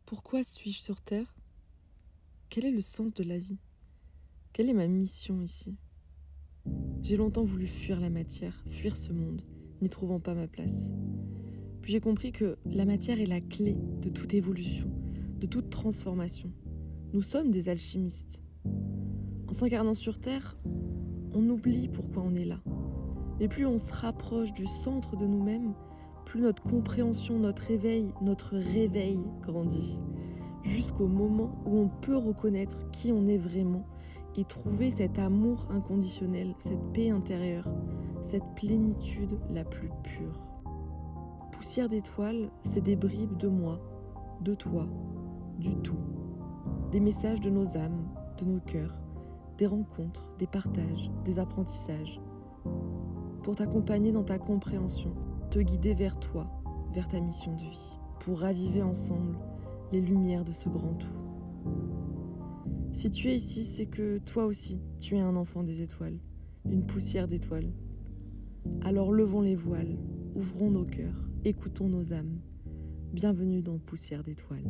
Pourquoi suis-je sur Terre? Quel est le sens de la vie? Quelle est ma mission ici? J'ai longtemps voulu fuir la matière, fuir ce monde, n'y trouvant pas ma place. Puis j'ai compris que la matière est la clé de toute évolution, de toute transformation. Nous sommes des alchimistes. En s'incarnant sur Terre, on oublie pourquoi on est là. Mais plus on se rapproche du centre de nous-mêmes, plus notre compréhension, notre réveil grandit. Jusqu'au moment où on peut reconnaître qui on est vraiment et trouver cet amour inconditionnel, cette paix intérieure, cette plénitude la plus pure. Poussière d'étoiles, c'est des bribes de moi, de toi, du tout. Des messages de nos âmes, de nos cœurs, des rencontres, des partages, des apprentissages. Pour t'accompagner dans ta compréhension, te guider vers toi, vers ta mission de vie, pour raviver ensemble les lumières de ce grand tout. Si tu es ici, c'est que toi aussi, tu es un enfant des étoiles, une poussière d'étoiles. Alors levons les voiles, ouvrons nos cœurs, écoutons nos âmes. Bienvenue dans Poussière d'étoiles.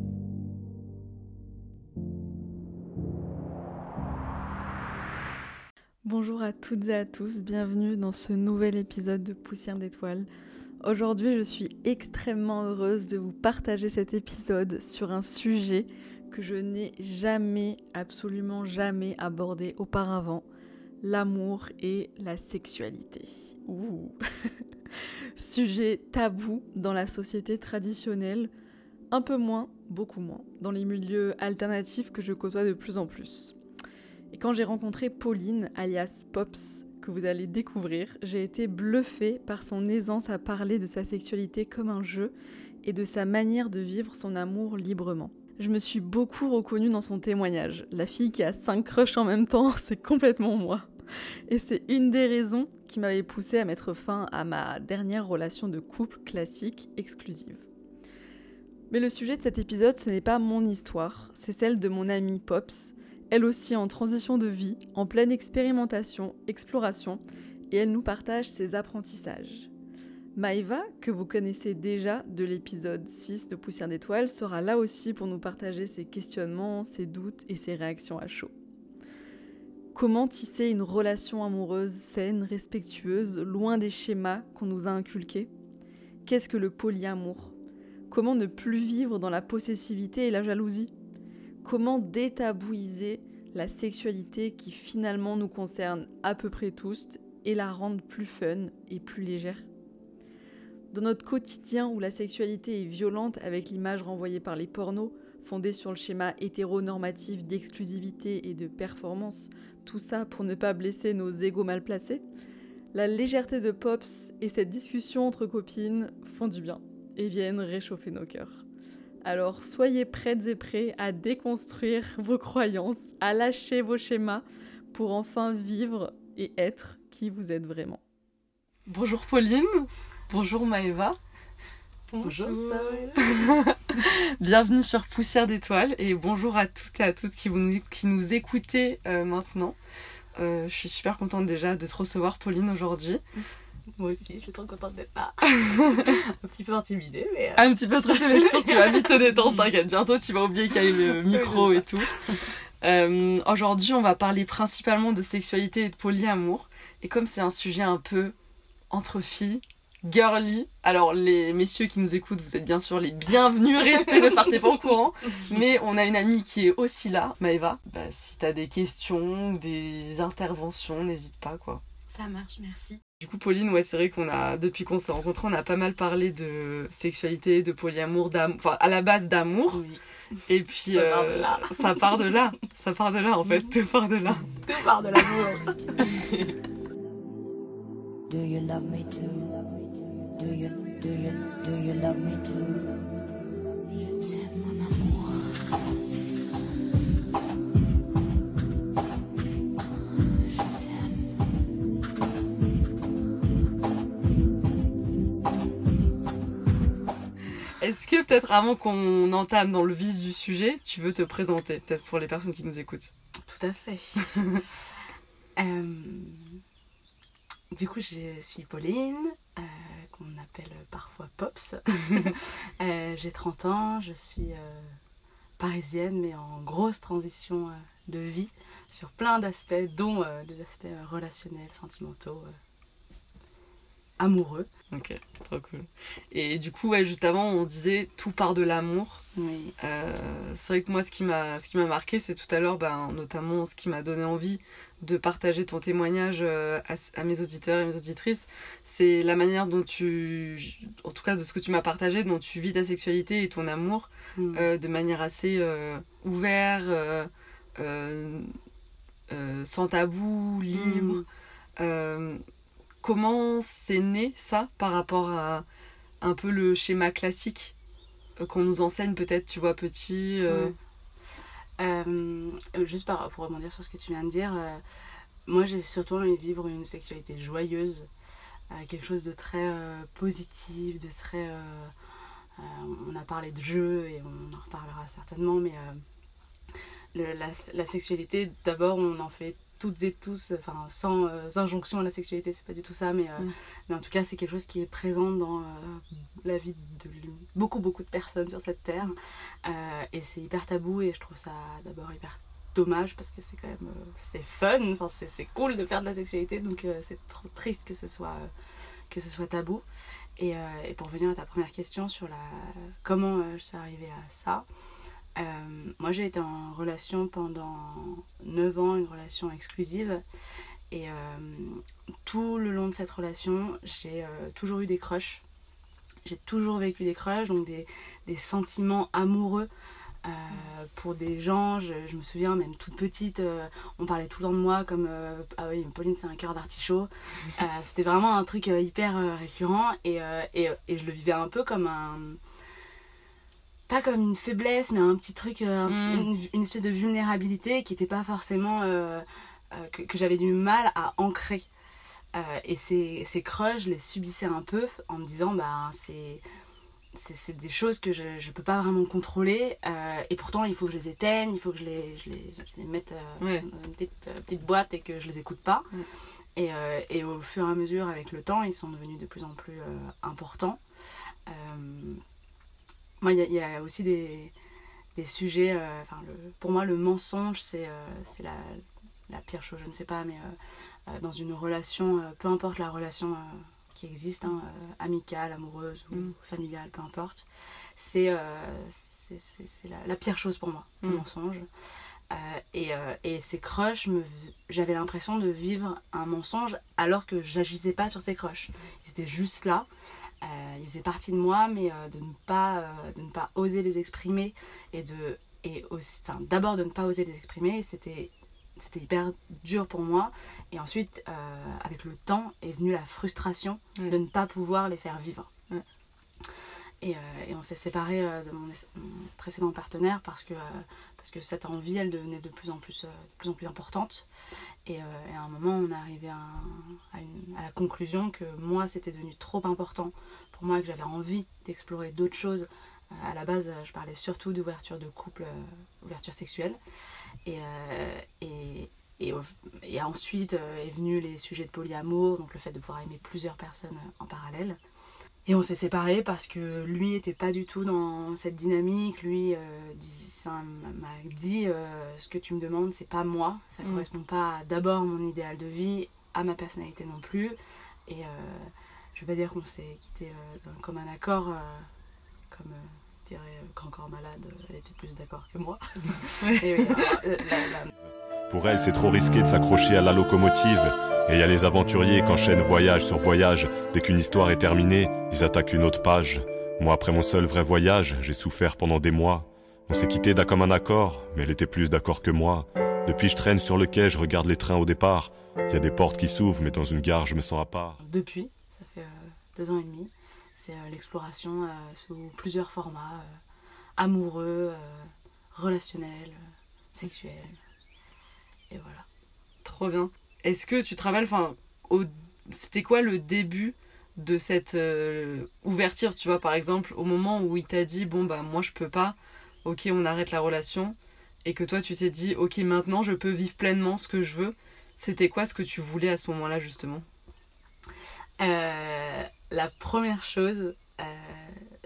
Bonjour à toutes et à tous, bienvenue dans ce nouvel épisode de Poussière d'étoiles. Aujourd'hui, je suis extrêmement heureuse de vous partager cet épisode sur un sujet que je n'ai jamais, absolument jamais abordé auparavant, l'amour et la sexualité. Ouh. Sujet tabou dans la société traditionnelle, un peu moins, beaucoup moins, dans les milieux alternatifs que je côtoie de plus en plus. Et quand j'ai rencontré Pauline, alias Pops, que vous allez découvrir, j'ai été bluffée par son aisance à parler de sa sexualité comme un jeu et de sa manière de vivre son amour librement. Je me suis beaucoup reconnue dans son témoignage. La fille qui a 5 crushs en même temps, c'est complètement moi. Et c'est une des raisons qui m'avait poussée à mettre fin à ma dernière relation de couple classique exclusive. Mais le sujet de cet épisode, ce n'est pas mon histoire, c'est celle de mon amie Pops, elle aussi en transition de vie, en pleine expérimentation, exploration, et elle nous partage ses apprentissages. Maëva, que vous connaissez déjà de l'épisode 6 de Poussière d'étoiles, sera là aussi pour nous partager ses questionnements, ses doutes et ses réactions à chaud. Comment tisser une relation amoureuse saine, respectueuse, loin des schémas qu'on nous a inculqués? Qu'est-ce que le polyamour? Comment ne plus vivre dans la possessivité et la jalousie? Comment détabouiser la sexualité qui finalement nous concerne à peu près tous et la rendre plus fun et plus légère? Dans notre quotidien où la sexualité est violente avec l'image renvoyée par les pornos, fondée sur le schéma hétéronormatif d'exclusivité et de performance, tout ça pour ne pas blesser nos égos mal placés, la légèreté de Pops et cette discussion entre copines font du bien et viennent réchauffer nos cœurs. Alors soyez prêtes et prêts à déconstruire vos croyances, à lâcher vos schémas pour enfin vivre et être qui vous êtes vraiment. Bonjour Pauline, bonjour Maëva. Bonjour Sol. Bienvenue sur Poussière d'étoiles et bonjour à toutes et à toutes qui nous écoutez maintenant. Je suis super contente déjà de te recevoir Pauline aujourd'hui. Moi aussi, je suis trop contente d'être là. Un petit peu intimidée, mais... Un petit peu stressée, mais je suis sûre que tu vas vite te détendre, t'inquiète. Bientôt, tu vas oublier qu'il y a le micro et tout. Aujourd'hui, on va parler principalement de sexualité et de polyamour. Et comme c'est un sujet un peu entre filles, girly, alors les messieurs qui nous écoutent, vous êtes bien sûr les bienvenus, restez, ne partez pas au courant. Mais on a une amie qui est aussi là, Maëva. Si t'as des questions ou des interventions, n'hésite pas, quoi. Ça marche, merci. Du coup, Pauline, ouais, c'est vrai depuis qu'on s'est rencontrés, on a pas mal parlé de sexualité, de polyamour, d'amour, enfin, à la base d'amour. Oui. Et puis, ça part de là. Ça part de là, en fait. Tout part de là. Tout part de l'amour. Do you love me too? Do you love me too? Je t'aime, mon amour. Je t'aime. Est-ce que peut-être avant qu'on entame dans le vif du sujet, tu veux te présenter, peut-être pour les personnes qui nous écoutent? Tout à fait. Du coup, je suis Pauline, qu'on appelle parfois Pops. J'ai 30 ans, je suis parisienne, mais en grosse transition de vie sur plein d'aspects, dont des aspects relationnels, sentimentaux, amoureux. Ok, trop cool. Et du coup, ouais, juste avant, on disait tout part de l'amour. Oui. C'est vrai que moi, ce qui m'a marqué, c'est tout à l'heure, notamment ce qui m'a donné envie de partager ton témoignage à mes auditeurs et mes auditrices. C'est la manière dont en tout cas de ce que tu m'as partagé, dont tu vis ta sexualité et ton amour de manière assez ouverte, sans tabou, libre. Comment c'est né ça par rapport à un peu le schéma classique qu'on nous enseigne peut-être, tu vois, petit Juste pour rebondir sur ce que tu viens de dire, moi j'ai surtout envie de vivre une sexualité joyeuse, quelque chose de très positif, de très... on a parlé de jeu et on en reparlera certainement, mais la sexualité, d'abord on en fait toutes et tous, enfin sans injonction à la sexualité, c'est pas du tout ça, mais en tout cas c'est quelque chose qui est présent dans la vie de beaucoup de personnes sur cette terre, et c'est hyper tabou, et je trouve ça d'abord hyper dommage parce que c'est quand même c'est fun, enfin c'est cool de faire de la sexualité, donc c'est trop triste que ce soit tabou. Et pour revenir à ta première question sur comment je suis arrivée à ça, moi j'ai été en relation pendant 9 ans, une relation exclusive, et tout le long de cette relation j'ai toujours eu des crushs, j'ai toujours vécu des crushs, donc des sentiments amoureux pour des gens. Je me souviens même toute petite, on parlait tout le temps de moi comme ah oui, Pauline c'est un cœur d'artichaut. C'était vraiment un truc hyper récurrent, et je le vivais un peu comme pas comme une faiblesse, mais un petit truc, une espèce de vulnérabilité qui n'était pas forcément que j'avais du mal à ancrer, et ces crushs, je les subissais un peu en me disant c'est des choses que je peux pas vraiment contrôler, et pourtant il faut que je les éteigne, il faut que je les mette dans une petite boîte et que je les écoute pas. Et au fur et à mesure, avec le temps, ils sont devenus de plus en plus importants. Moi, il y a aussi des sujets, pour moi le mensonge c'est la pire chose, je ne sais pas, mais dans une relation, peu importe la relation qui existe, amicale, amoureuse ou familiale, peu importe, c'est la pire chose pour moi, le mensonge. Et ces crushs, j'avais l'impression de vivre un mensonge alors que j'agissais pas sur ces crushs. Ils étaient juste là, ils faisaient partie de moi, mais de ne pas oser les exprimer, d'abord de ne pas oser les exprimer, c'était hyper dur pour moi, et ensuite avec le temps est venue la frustration de ne pas pouvoir les faire vivre. Et on s'est séparés de mon précédent partenaire parce que cette envie, elle devenait de plus en plus importante, et à un moment on est arrivé à la conclusion que moi c'était devenu trop important pour moi, que j'avais envie d'explorer d'autres choses. À la base je parlais surtout d'ouverture de couple, ouverture sexuelle, et ensuite est venu les sujets de polyamour, donc le fait de pouvoir aimer plusieurs personnes en parallèle. Et on s'est séparés parce que lui était pas du tout dans cette dynamique. Lui m'a dit ce que tu me demandes, c'est pas moi, ça correspond pas d'abord à mon idéal de vie, à ma personnalité non plus. Et je vais pas dire qu'on s'est quitté comme un accord, comme dirait Grand Corps Malade, elle était plus d'accord que moi. Et, Pour elle, c'est trop risqué de s'accrocher à la locomotive. Et il y a les aventuriers qui enchaînent voyage sur voyage. Dès qu'une histoire est terminée, ils attaquent une autre page. Moi, après mon seul vrai voyage, j'ai souffert pendant des mois. On s'est quitté d'un commun accord, mais elle était plus d'accord que moi. Depuis, je traîne sur le quai, je regarde les trains au départ. Il y a des portes qui s'ouvrent, mais dans une gare, je me sens à part. Depuis, ça fait 2 ans et demi, c'est l'exploration sous plusieurs formats, amoureux, relationnels, sexuels. Et voilà. Trop bien. Est-ce que tu travailles, c'était quoi le début de cette ouverture, tu vois, par exemple, au moment où il t'a dit, moi je peux pas, ok, on arrête la relation, et que toi tu t'es dit, ok, maintenant je peux vivre pleinement ce que je veux. C'était quoi ce que tu voulais à ce moment-là, justement ? La première chose,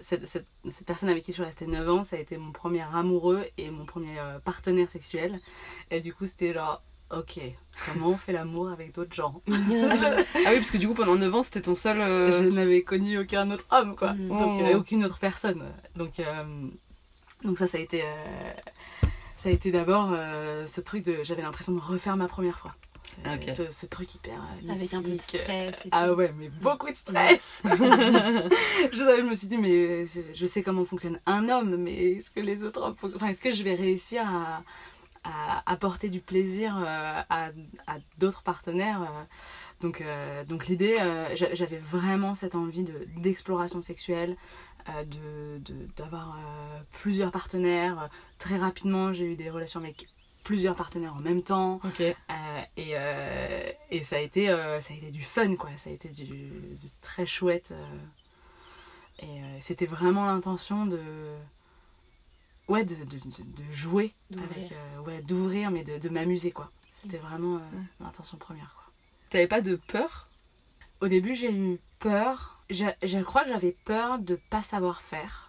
cette personne avec qui je suis restée 9 ans, ça a été mon premier amoureux et mon premier partenaire sexuel. Et du coup, c'était genre, ok, comment on fait l'amour avec d'autres gens? Ah oui, parce que du coup, pendant 9 ans, c'était ton seul... Je n'avais connu aucun autre homme, quoi. Donc, aucune autre personne. Donc ça a été... Ça a été d'abord ce truc de... J'avais l'impression de refaire ma première fois. Okay. Ce truc hyper avec un peu de stress et ah tout. ouais, mais beaucoup de stress. Je me suis dit, mais je sais comment fonctionne un homme, mais est-ce que les autres hommes fonctionnent... Enfin, est-ce que je vais réussir à apporter du plaisir à d'autres partenaires donc l'idée, j'avais vraiment cette envie d'exploration sexuelle, d'avoir plusieurs partenaires. Très rapidement, j'ai eu des relations avec plusieurs partenaires en même temps. Okay. Et ça a été du fun, quoi. Ça a été du très chouette. Et c'était vraiment l'intention de jouer, d'ouvrir, mais de m'amuser, quoi. C'était vraiment l'intention première, quoi. T'avais pas de peur? Au début, j'ai eu peur. Je crois que j'avais peur de pas savoir faire.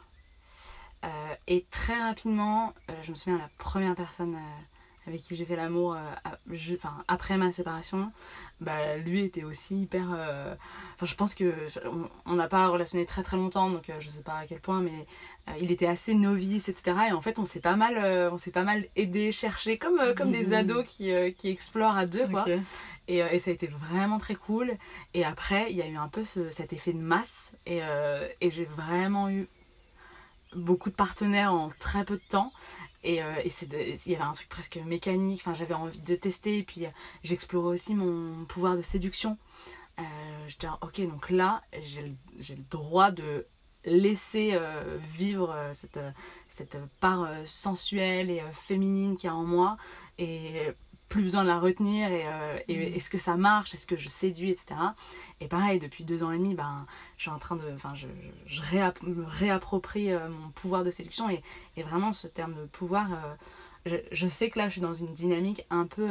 Et très rapidement, je me souviens, la première personne avec qui j'ai fait l'amour après ma séparation, lui était aussi hyper... je pense qu'on n'a pas relationné très très longtemps, donc je sais pas à quel point, mais il était assez novice, etc. Et en fait, on s'est pas mal aidé, cherché, comme des ados qui explorent à deux, quoi. Okay. Et ça a été vraiment très cool. Et après, il y a eu un peu cet effet de masse, et j'ai vraiment eu beaucoup de partenaires en très peu de temps. Et il y avait un truc presque mécanique, enfin, j'avais envie de tester, et puis j'explorais aussi mon pouvoir de séduction. Je disais, ok, donc là, j'ai le droit de laisser vivre cette part sensuelle et féminine qu'il y a en moi, et plus besoin de la retenir, et est-ce que ça marche, est-ce que je séduis, etc. Et pareil, depuis 2 ans et demi, je suis en train de... je me réapproprie mon pouvoir de séduction, et vraiment ce terme de pouvoir, je sais que là je suis dans une dynamique un peu...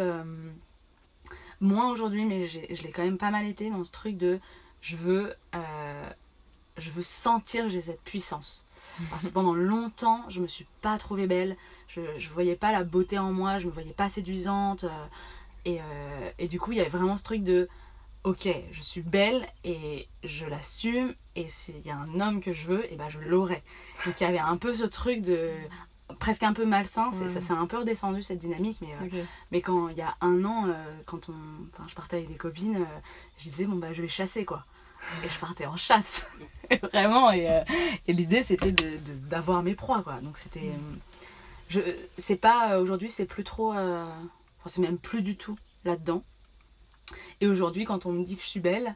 moins aujourd'hui, mais je l'ai quand même pas mal été dans ce truc de... Je veux sentir que j'ai cette puissance. Parce que pendant longtemps, je me suis pas trouvée belle, je voyais pas la beauté en moi, je me voyais pas séduisante, et du coup il y avait vraiment ce truc de ok, je suis belle et je l'assume, et s'il y a un homme que je veux, et je l'aurai. Donc il y avait un peu ce truc de presque un peu malsain, ça s'est un peu redescendu cette dynamique, mais quand il y a 1 an, je partais avec des copines, je disais je vais chasser, quoi. Et je partais en chasse. Vraiment, et l'idée c'était d'avoir mes proies, quoi. Donc c'était c'est pas aujourd'hui, c'est plus trop c'est même plus du tout là-dedans. Et aujourd'hui, quand on me dit que je suis belle,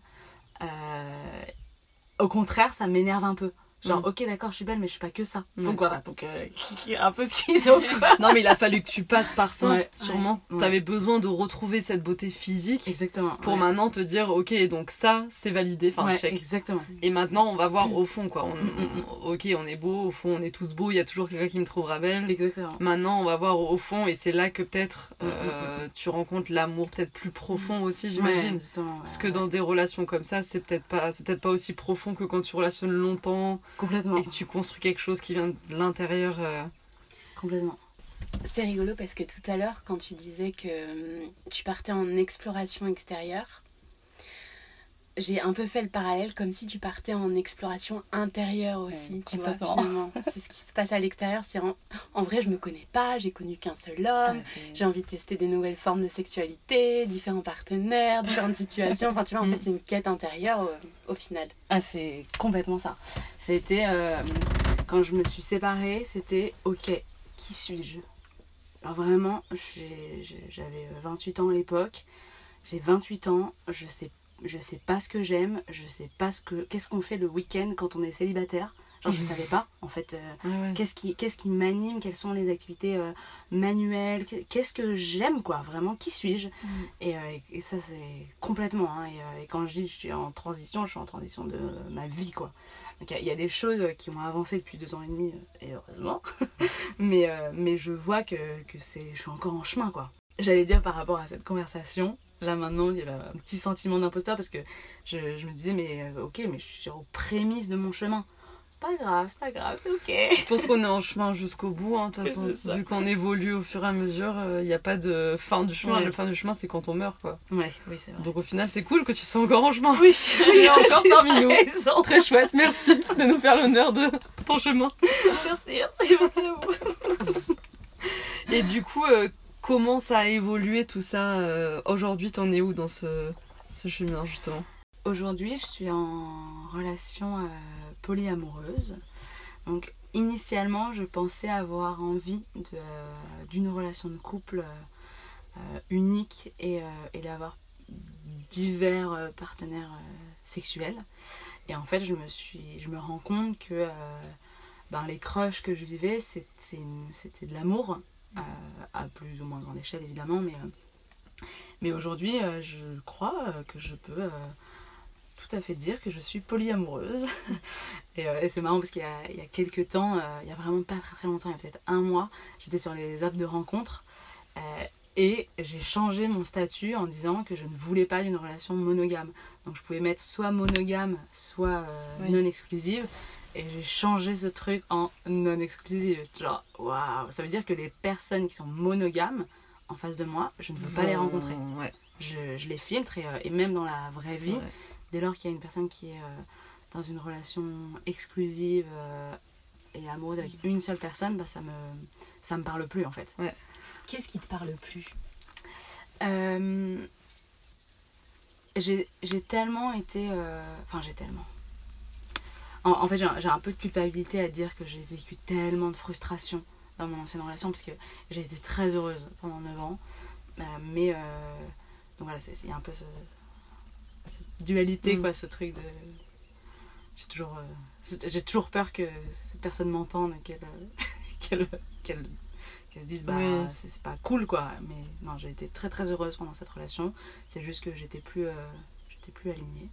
au contraire, ça m'énerve un peu. Genre, ok, d'accord, je suis belle, mais je suis pas que ça. Donc voilà, un peu schizo, quoi. Non, mais il a fallu que tu passes par ça, sûrement. Ouais. T'avais besoin de retrouver cette beauté physique. Exactement. Pour maintenant te dire, ok, donc ça, c'est validé, check. Exactement. Et maintenant, on va voir au fond, quoi. Ok, on est beau, au fond, on est tous beaux, il y a toujours quelqu'un qui me trouvera belle. Exactement. Maintenant, on va voir au fond, et c'est là que peut-être tu rencontres l'amour peut-être plus profond aussi, j'imagine. Exactement. Parce que dans des relations comme ça, c'est peut-être pas aussi profond que quand tu relationnes longtemps. Complètement. Et que tu construis quelque chose qui vient de l'intérieur. Complètement. C'est rigolo parce que tout à l'heure, quand tu disais que tu partais en exploration extérieure, j'ai un peu fait le parallèle comme si tu partais en exploration intérieure aussi, tu vois, finalement. C'est ce qui se passe à l'extérieur. C'est en vrai, je me connais pas, j'ai connu qu'un seul homme, j'ai envie de tester des nouvelles formes de sexualité, différents partenaires, différentes situations. Enfin, tu vois, en fait, c'est une quête intérieure au final. Ah, c'est complètement ça. C'était, quand je me suis séparée, c'était, ok, qui suis-je? Alors vraiment, j'avais 28 ans à l'époque, j'ai 28 ans, je sais pas ce que j'aime, je sais pas qu'est-ce qu'on fait le week-end quand on est célibataire. Genre, je savais pas, en fait, qu'est-ce qui m'anime, quelles sont les activités manuelles, qu'est-ce que j'aime, quoi, vraiment, qui suis-je? Et ça, c'est complètement, hein, et quand je dis je suis en transition de ma vie, quoi. Donc, il y a des choses qui ont avancé depuis 2 ans et demi, et heureusement, mais je vois que je suis encore en chemin, quoi. J'allais dire par rapport à cette conversation, là maintenant il y avait un petit sentiment d'imposteur parce que je me disais ok, mais je suis aux prémices de mon chemin. c'est pas grave, c'est ok. Je pense qu'on est en chemin jusqu'au bout, hein, de toute façon. Vu qu'on évolue au fur et à mesure, il n'y a pas de fin du chemin. Ouais. Le fin du chemin, c'est quand on meurt, quoi. Ouais, oui, c'est vrai. Donc au final, c'est cool que tu sois encore en chemin. Oui, Tu es encore parmi nous. raison. Très chouette, merci de nous faire l'honneur de ton chemin. Merci à vous. Et du coup, comment ça a évolué tout ça aujourd'hui, t'en es où dans ce chemin, justement? Aujourd'hui, je suis en relation polyamoureuse. Donc, initialement, je pensais avoir envie d'une relation de couple unique et d'avoir divers partenaires sexuels. Et en fait, je me rends compte que les crushs que je vivais, c'était de l'amour, à plus ou moins grande échelle évidemment, mais aujourd'hui, je crois que je peux tout à fait dire que je suis polyamoureuse. Et c'est marrant parce qu'il y a quelques temps, il y a vraiment pas très très longtemps, il y a peut-être un mois, j'étais sur les apps de rencontres et j'ai changé mon statut en disant que je ne voulais pas d'une relation monogame. Donc je pouvais mettre soit monogame, soit non exclusive. Et j'ai changé ce truc en non exclusive. Genre, waouh! Ça veut dire que les personnes qui sont monogames en face de moi, je ne veux pas les rencontrer. Ouais. Je les filtre et même dans la vraie vie, Vrai. dès lors qu'il y a une personne qui est dans une relation exclusive et amoureuse avec une seule personne, ça me parle plus en fait. Ouais. Qu'est-ce qui te parle plus? J'ai tellement été... En fait, j'ai un peu de culpabilité à dire que j'ai vécu tellement de frustration dans mon ancienne relation parce que j'ai été très heureuse pendant 9 ans. Donc voilà, il y a un peu cette dualité, quoi, ce truc de... J'ai toujours peur que cette personne m'entende et qu'elle se dise Oui. c'est pas cool, quoi. Mais non, j'ai été très très heureuse pendant cette relation. C'est juste que j'étais plus alignée.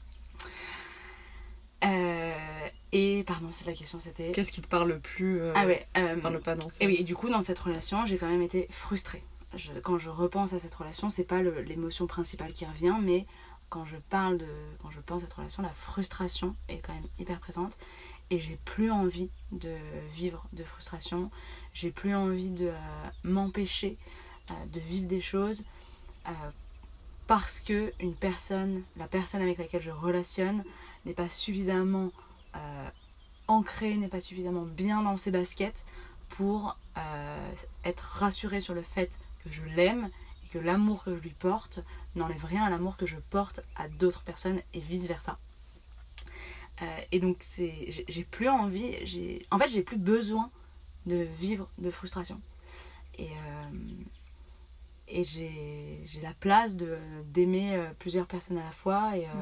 Et pardon, c'est la question, c'était... Qu'est-ce qui te parle plus qui te parle pas dans ça? Et oui, et du coup, dans cette relation, j'ai quand même été frustrée. Quand je repense à cette relation, c'est pas l'émotion principale qui revient, mais quand je pense à cette relation, la frustration est quand même hyper présente. Et j'ai plus envie de vivre de frustration. J'ai plus envie de m'empêcher de vivre des choses parce que la personne avec laquelle je relationne n'est pas suffisamment ancrée, n'est pas suffisamment bien dans ses baskets pour être rassurée sur le fait que je l'aime et que l'amour que je lui porte n'enlève rien à l'amour que je porte à d'autres personnes et vice versa. Et donc j'ai plus envie, en fait j'ai plus besoin de vivre de frustration. Et j'ai la place d'aimer plusieurs personnes à la fois et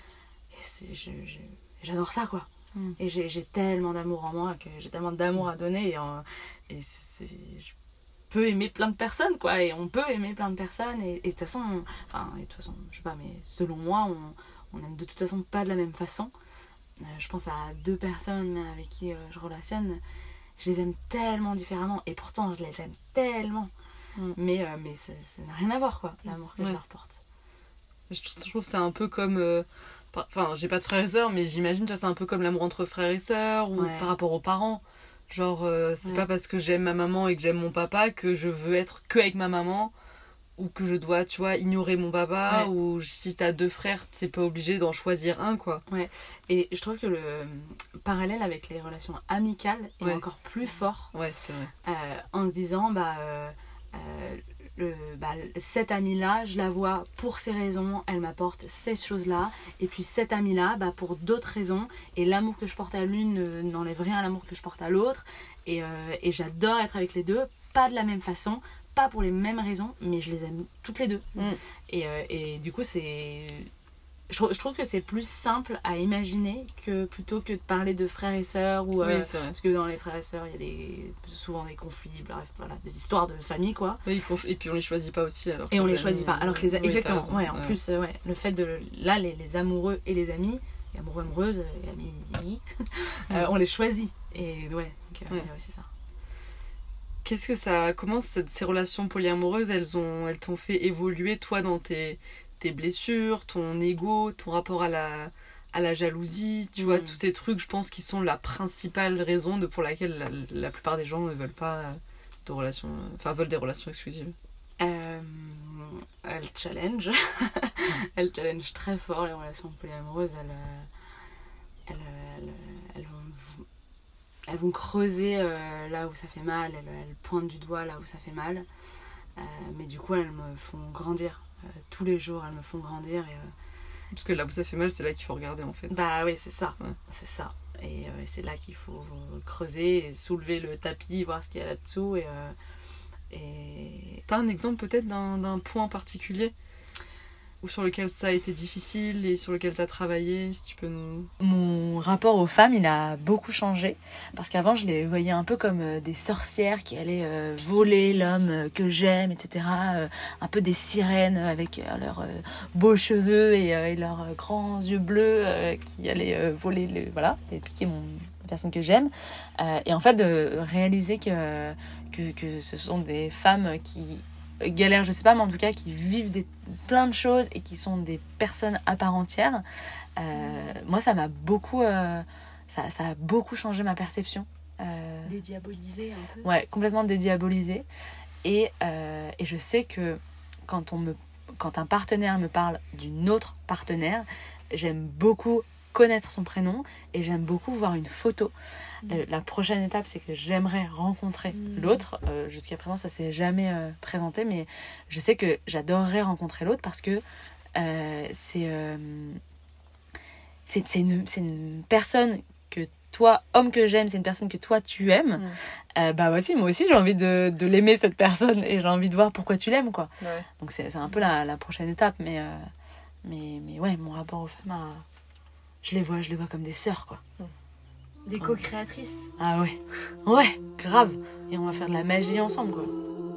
j'adore ça, quoi. Et j'ai tellement d'amour en moi, que j'ai tellement d'amour à donner je peux aimer plein de personnes, quoi, et on peut aimer plein de personnes et de toute façon, je sais pas, mais selon moi on aime de toute façon pas de la même façon. Je pense à 2 personnes avec qui je relationne, je les aime tellement différemment et pourtant je les aime tellement, mais ça n'a rien à voir, quoi, l'amour que je leur porte. Je trouve que c'est un peu comme... Enfin, j'ai pas de frères et sœurs, mais j'imagine que c'est un peu comme l'amour entre frères et sœurs ou par rapport aux parents. Genre, c'est pas parce que j'aime ma maman et que j'aime mon papa que je veux être que avec ma maman ou que je dois, tu vois, ignorer mon papa, ou si t'as 2 frères, t'es pas obligé d'en choisir un, quoi. Ouais, et je trouve que le parallèle avec les relations amicales est encore plus fort. Ouais, c'est vrai. En se disant, cette amie-là, je la vois pour ces raisons, elle m'apporte ces choses-là, et puis cette amie-là, pour d'autres raisons, et l'amour que je porte à l'une n'enlève rien à l'amour que je porte à l'autre, et j'adore être avec les deux, pas de la même façon, pas pour les mêmes raisons, mais je les aime toutes les deux. Et du coup, je trouve que c'est plus simple à imaginer plutôt que de parler de frères et sœurs, parce que dans les frères et sœurs, il y a souvent des conflits, bref, voilà, des histoires de famille, quoi. Oui, et puis on les choisit pas aussi, alors. Et on les choisit pas, alors que exactement, en plus, le fait de là, les amoureux et les amis, et amoureux, amoureuses, et amis, on les choisit. Et c'est ça. Comment ces relations polyamoureuses, elles t'ont fait évoluer, toi, dans tes blessures, ton ego, ton rapport à à la jalousie, tu vois, tous ces trucs, je pense, qui sont la principale raison pour laquelle la plupart des gens ne veulent pas de relations, veulent des relations exclusives. Elle challenge. Elle challenge très fort les relations polyamoureuses. Elles vont creuser là où ça fait mal, elles pointent du doigt là où ça fait mal. Mais du coup, elles me font grandir. Tous les jours, elles me font grandir. Parce que là où ça fait mal, c'est là qu'il faut regarder en fait. Bah oui, c'est ça. Ouais. C'est ça. Et c'est là qu'il faut creuser et soulever le tapis, voir ce qu'il y a là-dessous. Et... T'as un exemple peut-être d'un point particulier ou sur lequel ça a été difficile et sur lequel t'as travaillé, si tu peux nous... Mon rapport aux femmes, il a beaucoup changé. Parce qu'avant, je les voyais un peu comme des sorcières qui allaient voler l'homme que j'aime, etc. Un peu des sirènes avec leurs beaux cheveux et leurs grands yeux bleus qui allaient voler, et piquer la personne que j'aime. Et en fait, de réaliser que ce sont des femmes qui galèrent, je sais pas, mais en tout cas qui vivent plein de choses et qui sont des personnes à part entière. Moi, ça m'a beaucoup ça a beaucoup changé ma perception. Dédiabolisé un peu. Ouais, complètement dédiabolisé. Et je sais que quand un partenaire me parle d'une autre partenaire, j'aime beaucoup connaître son prénom et j'aime beaucoup voir une photo. La prochaine étape, c'est que j'aimerais rencontrer l'autre. Jusqu'à présent, ça s'est jamais présenté, mais je sais que j'adorerais rencontrer l'autre parce que c'est une personne que toi, homme que j'aime, c'est une personne que toi tu aimes. Moi aussi j'ai envie de l'aimer, cette personne, et j'ai envie de voir pourquoi tu l'aimes, quoi. Ouais. Donc c'est un peu la prochaine étape, mais ouais, mon rapport aux femmes, je les vois comme des sœurs, quoi. Des co-créatrices. Ah ouais, ouais, grave. Et on va faire de la magie ensemble, quoi.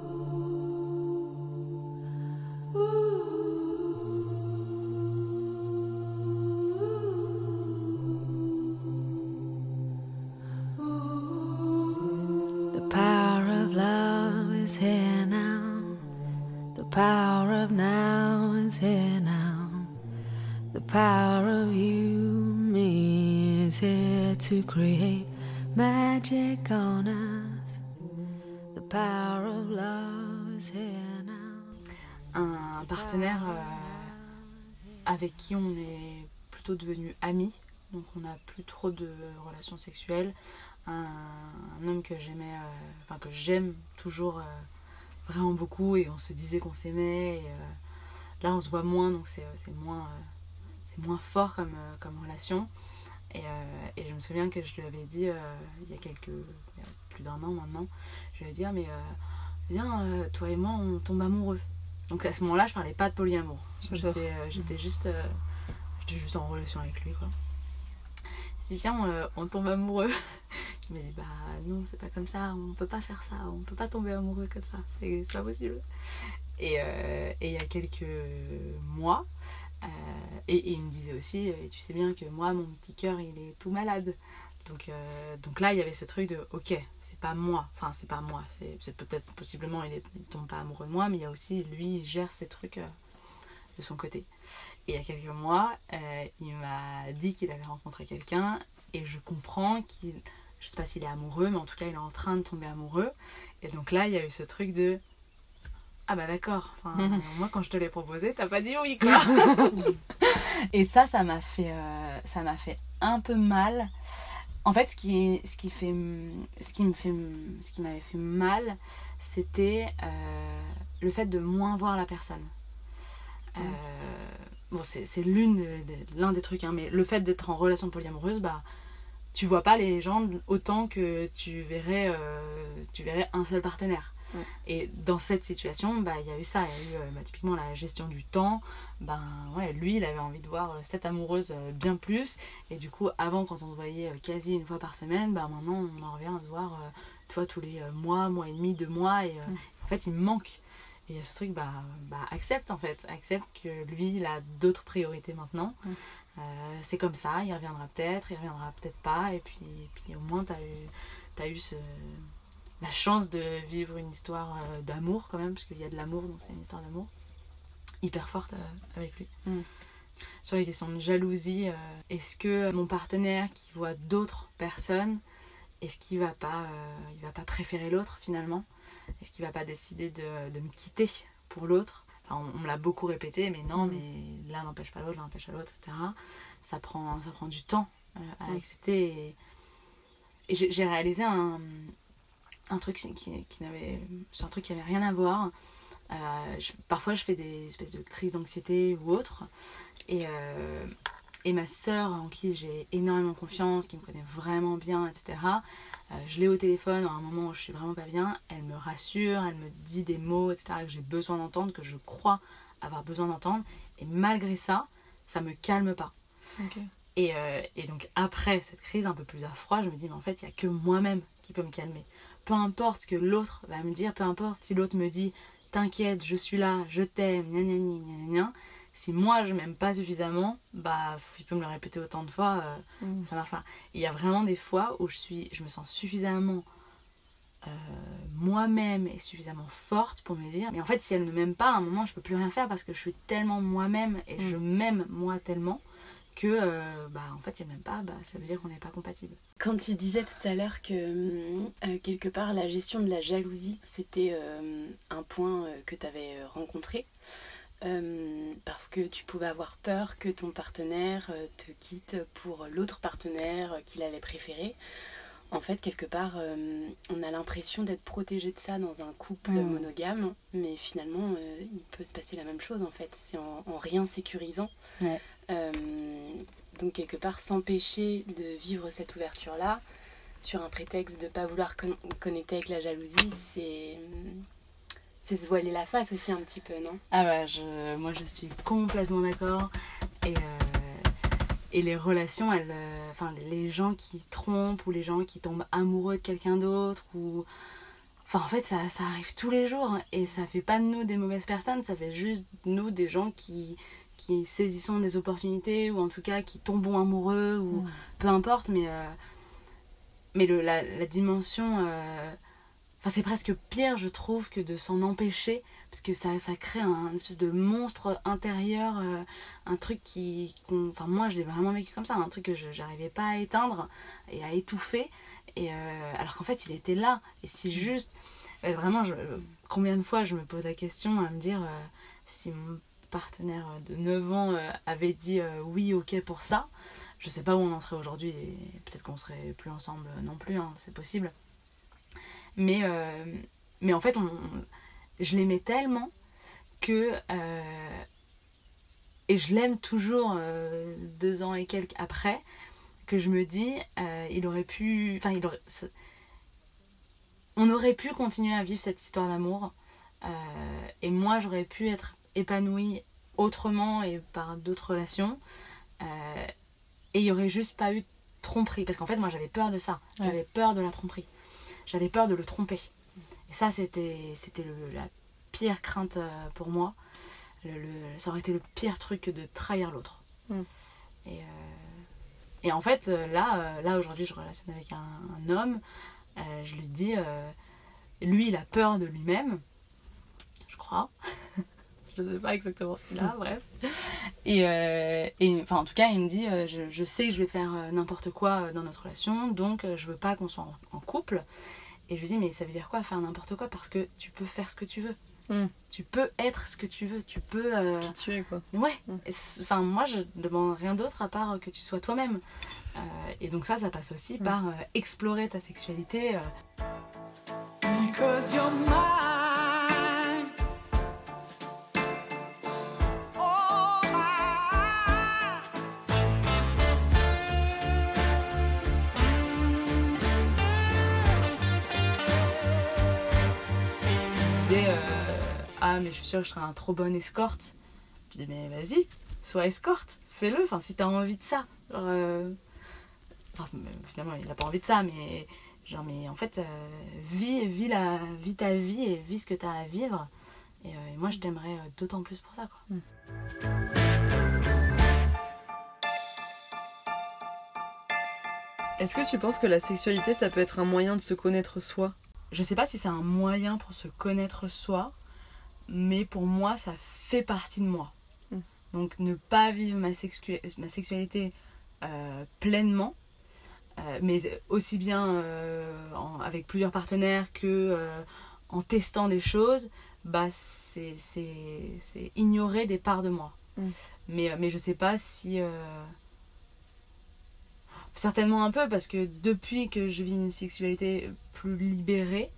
The power of love is here now. The power of now is here now. The power of you, me, is here to create magic on earth. The power of love is here now. Un partenaire avec qui on est plutôt devenus amis, donc on n'a plus trop de relations sexuelles. Un homme que j'aimais, que j'aime toujours vraiment beaucoup, et on se disait qu'on s'aimait. Et, là, on se voit moins, donc c'est moins fort comme relation. Et je me souviens que je lui avais dit il y a plus d'1 an maintenant, je lui ai dit mais viens, toi et moi on tombe amoureux. Donc à ce moment-là je parlais pas de polyamour, j'étais juste en relation avec lui, quoi. J'ai dit viens, on tombe amoureux. Il m'a dit non, c'est pas comme ça, on peut pas faire ça, on peut pas tomber amoureux comme ça, c'est pas possible. Et il y a quelques mois, et il me disait aussi, tu sais bien que moi mon petit cœur il est tout malade, donc là il y avait ce truc de ok, c'est pas moi, c'est peut-être possiblement il tombe pas amoureux de moi, mais il y a aussi lui il gère ces trucs de son côté. Et il y a quelques mois il m'a dit qu'il avait rencontré quelqu'un, et je comprends je sais pas s'il est amoureux, mais en tout cas il est en train de tomber amoureux. Et donc là il y a eu ce truc de ah bah d'accord, moi quand je te l'ai proposé t'as pas dit oui, quoi. Et ça m'a fait un peu mal. En fait, ce qui m'avait fait mal, c'était le fait de moins voir la personne. C'est l'un des trucs, mais le fait d'être en relation polyamoureuse, tu vois pas les gens autant que tu verrais un seul partenaire. Et dans cette situation, il y a eu ça, il y a eu typiquement la gestion du temps. Lui il avait envie de voir cette amoureuse bien plus, et du coup avant, quand on se voyait quasi une fois par semaine, maintenant on en revient à se voir tous les mois et demi, 2 mois, et en fait il me manque. Et il y a ce truc, accepte que lui il a d'autres priorités maintenant. C'est comme ça, il reviendra peut-être pas, et puis au moins t'as eu la chance de vivre une histoire d'amour quand même, parce qu'il y a de l'amour, donc c'est une histoire d'amour hyper forte avec lui. sur les questions de jalousie. Est-ce que mon partenaire qui voit d'autres personnes, est-ce qu'il va pas préférer l'autre finalement? Est-ce qu'il va pas décider de me quitter pour l'autre? Enfin, on me l'a beaucoup répété, mais non, mais l'un n'empêche pas l'autre, l'un n'empêche pas l'autre, etc. Ça prend du temps à accepter. Et j'ai réalisé un truc qui n'avait rien à voir. Parfois, je fais des espèces de crises d'anxiété ou autre. Et ma sœur, en qui j'ai énormément confiance, qui me connaît vraiment bien, etc., je l'ai au téléphone à un moment où je suis vraiment pas bien. Elle me rassure, elle me dit des mots, etc., que j'ai besoin d'entendre, que je crois avoir besoin d'entendre. Et malgré ça, ça me calme pas. Okay. Et donc après cette crise un peu plus à froid, je me dis mais en fait il n'y a que moi-même qui peut me calmer. Peu importe ce que l'autre va me dire, peu importe si l'autre me dit t'inquiète, je suis là, je t'aime, gna gna gna gna gna. Si moi je m'aime pas suffisamment, il peut me le répéter autant de fois, ça marche pas. Il y a vraiment des fois où je me sens suffisamment moi-même et suffisamment forte pour me dire mais en fait si elle ne m'aime pas à un moment je peux plus rien faire parce que je suis tellement moi-même et je m'aime moi tellement que en fait il n'y a même pas, ça veut dire qu'on n'est pas compatible. Quand tu disais tout à l'heure que quelque part la gestion de la jalousie c'était un point que tu avais rencontré parce que tu pouvais avoir peur que ton partenaire te quitte pour l'autre partenaire qu'il allait préférer. En fait, quelque part, on a l'impression d'être protégé de ça dans un couple monogame, mais finalement, il peut se passer la même chose en fait. C'est en rien sécurisant. Ouais. Donc quelque part, s'empêcher de vivre cette ouverture-là, sur un prétexte de ne pas vouloir connecter avec la jalousie, c'est se voiler la face aussi un petit peu, non? Ah moi je suis complètement d'accord. Et les relations, les gens qui trompent ou les gens qui tombent amoureux de quelqu'un d'autre, en fait ça arrive tous les jours et ça fait pas de nous des mauvaises personnes, ça fait juste de nous des gens qui saisissons des opportunités ou en tout cas qui tombons amoureux ou peu importe, mais la dimension c'est presque pire je trouve que de s'en empêcher parce que ça crée un espèce de monstre intérieur, un truc moi je l'ai vraiment vécu comme ça, un truc que j'arrivais pas à éteindre et à étouffer alors qu'en fait il était là et si juste vraiment combien de fois je me pose la question à me dire si mon partenaire de 9 ans avait dit oui ok pour ça, je sais pas où on en serait aujourd'hui et peut-être qu'on serait plus ensemble non plus, c'est possible. Mais en fait, je l'aimais tellement que... et je l'aime toujours 2 ans et quelques après, que je me dis, il aurait pu... on aurait pu continuer à vivre cette histoire d'amour. Et moi, j'aurais pu être épanouie autrement et par d'autres relations. Et il n'y aurait juste pas eu de tromperie. Parce qu'en fait, moi, j'avais peur de ça. Ouais. J'avais peur de la tromperie. J'avais peur de le tromper. Et ça, c'était la pire crainte pour moi. Ça aurait été le pire truc de trahir l'autre. Et en fait, là aujourd'hui, je relationne avec un homme. Je lui dis, lui, il a peur de lui-même. Je crois. Je ne sais pas exactement ce qu'il a, bref. Et en tout cas, il me dit, je sais que je vais faire n'importe quoi dans notre relation, donc je veux pas qu'on soit en couple. Et je lui dis, mais ça veut dire quoi faire n'importe quoi? Parce que tu peux faire ce que tu veux. Tu peux être ce que tu veux. Tu peux... Qui tu es, quoi. Ouais. Moi, je demande rien d'autre à part que tu sois toi-même. Et donc ça passe aussi par explorer ta sexualité. Because you're mine. Mais je suis sûre que je serai un trop bonne escorte. Je dis mais vas-y, sois escorte, fais-le, si t'as envie de ça. Finalement il a pas envie de ça, mais en fait vis ta vie et vis ce que t'as à vivre. Et moi je t'aimerais d'autant plus pour ça, quoi. Est-ce que tu penses que la sexualité ça peut être un moyen de se connaître soi? Je sais pas si c'est un moyen pour se connaître soi, mais pour moi ça fait partie de moi. Donc ne pas vivre ma sexualité pleinement, mais aussi bien avec plusieurs partenaires que en testant des choses, bah c'est ignorer des parts de moi. Mais je sais pas si... certainement un peu, parce que depuis que je vis une sexualité plus libérée,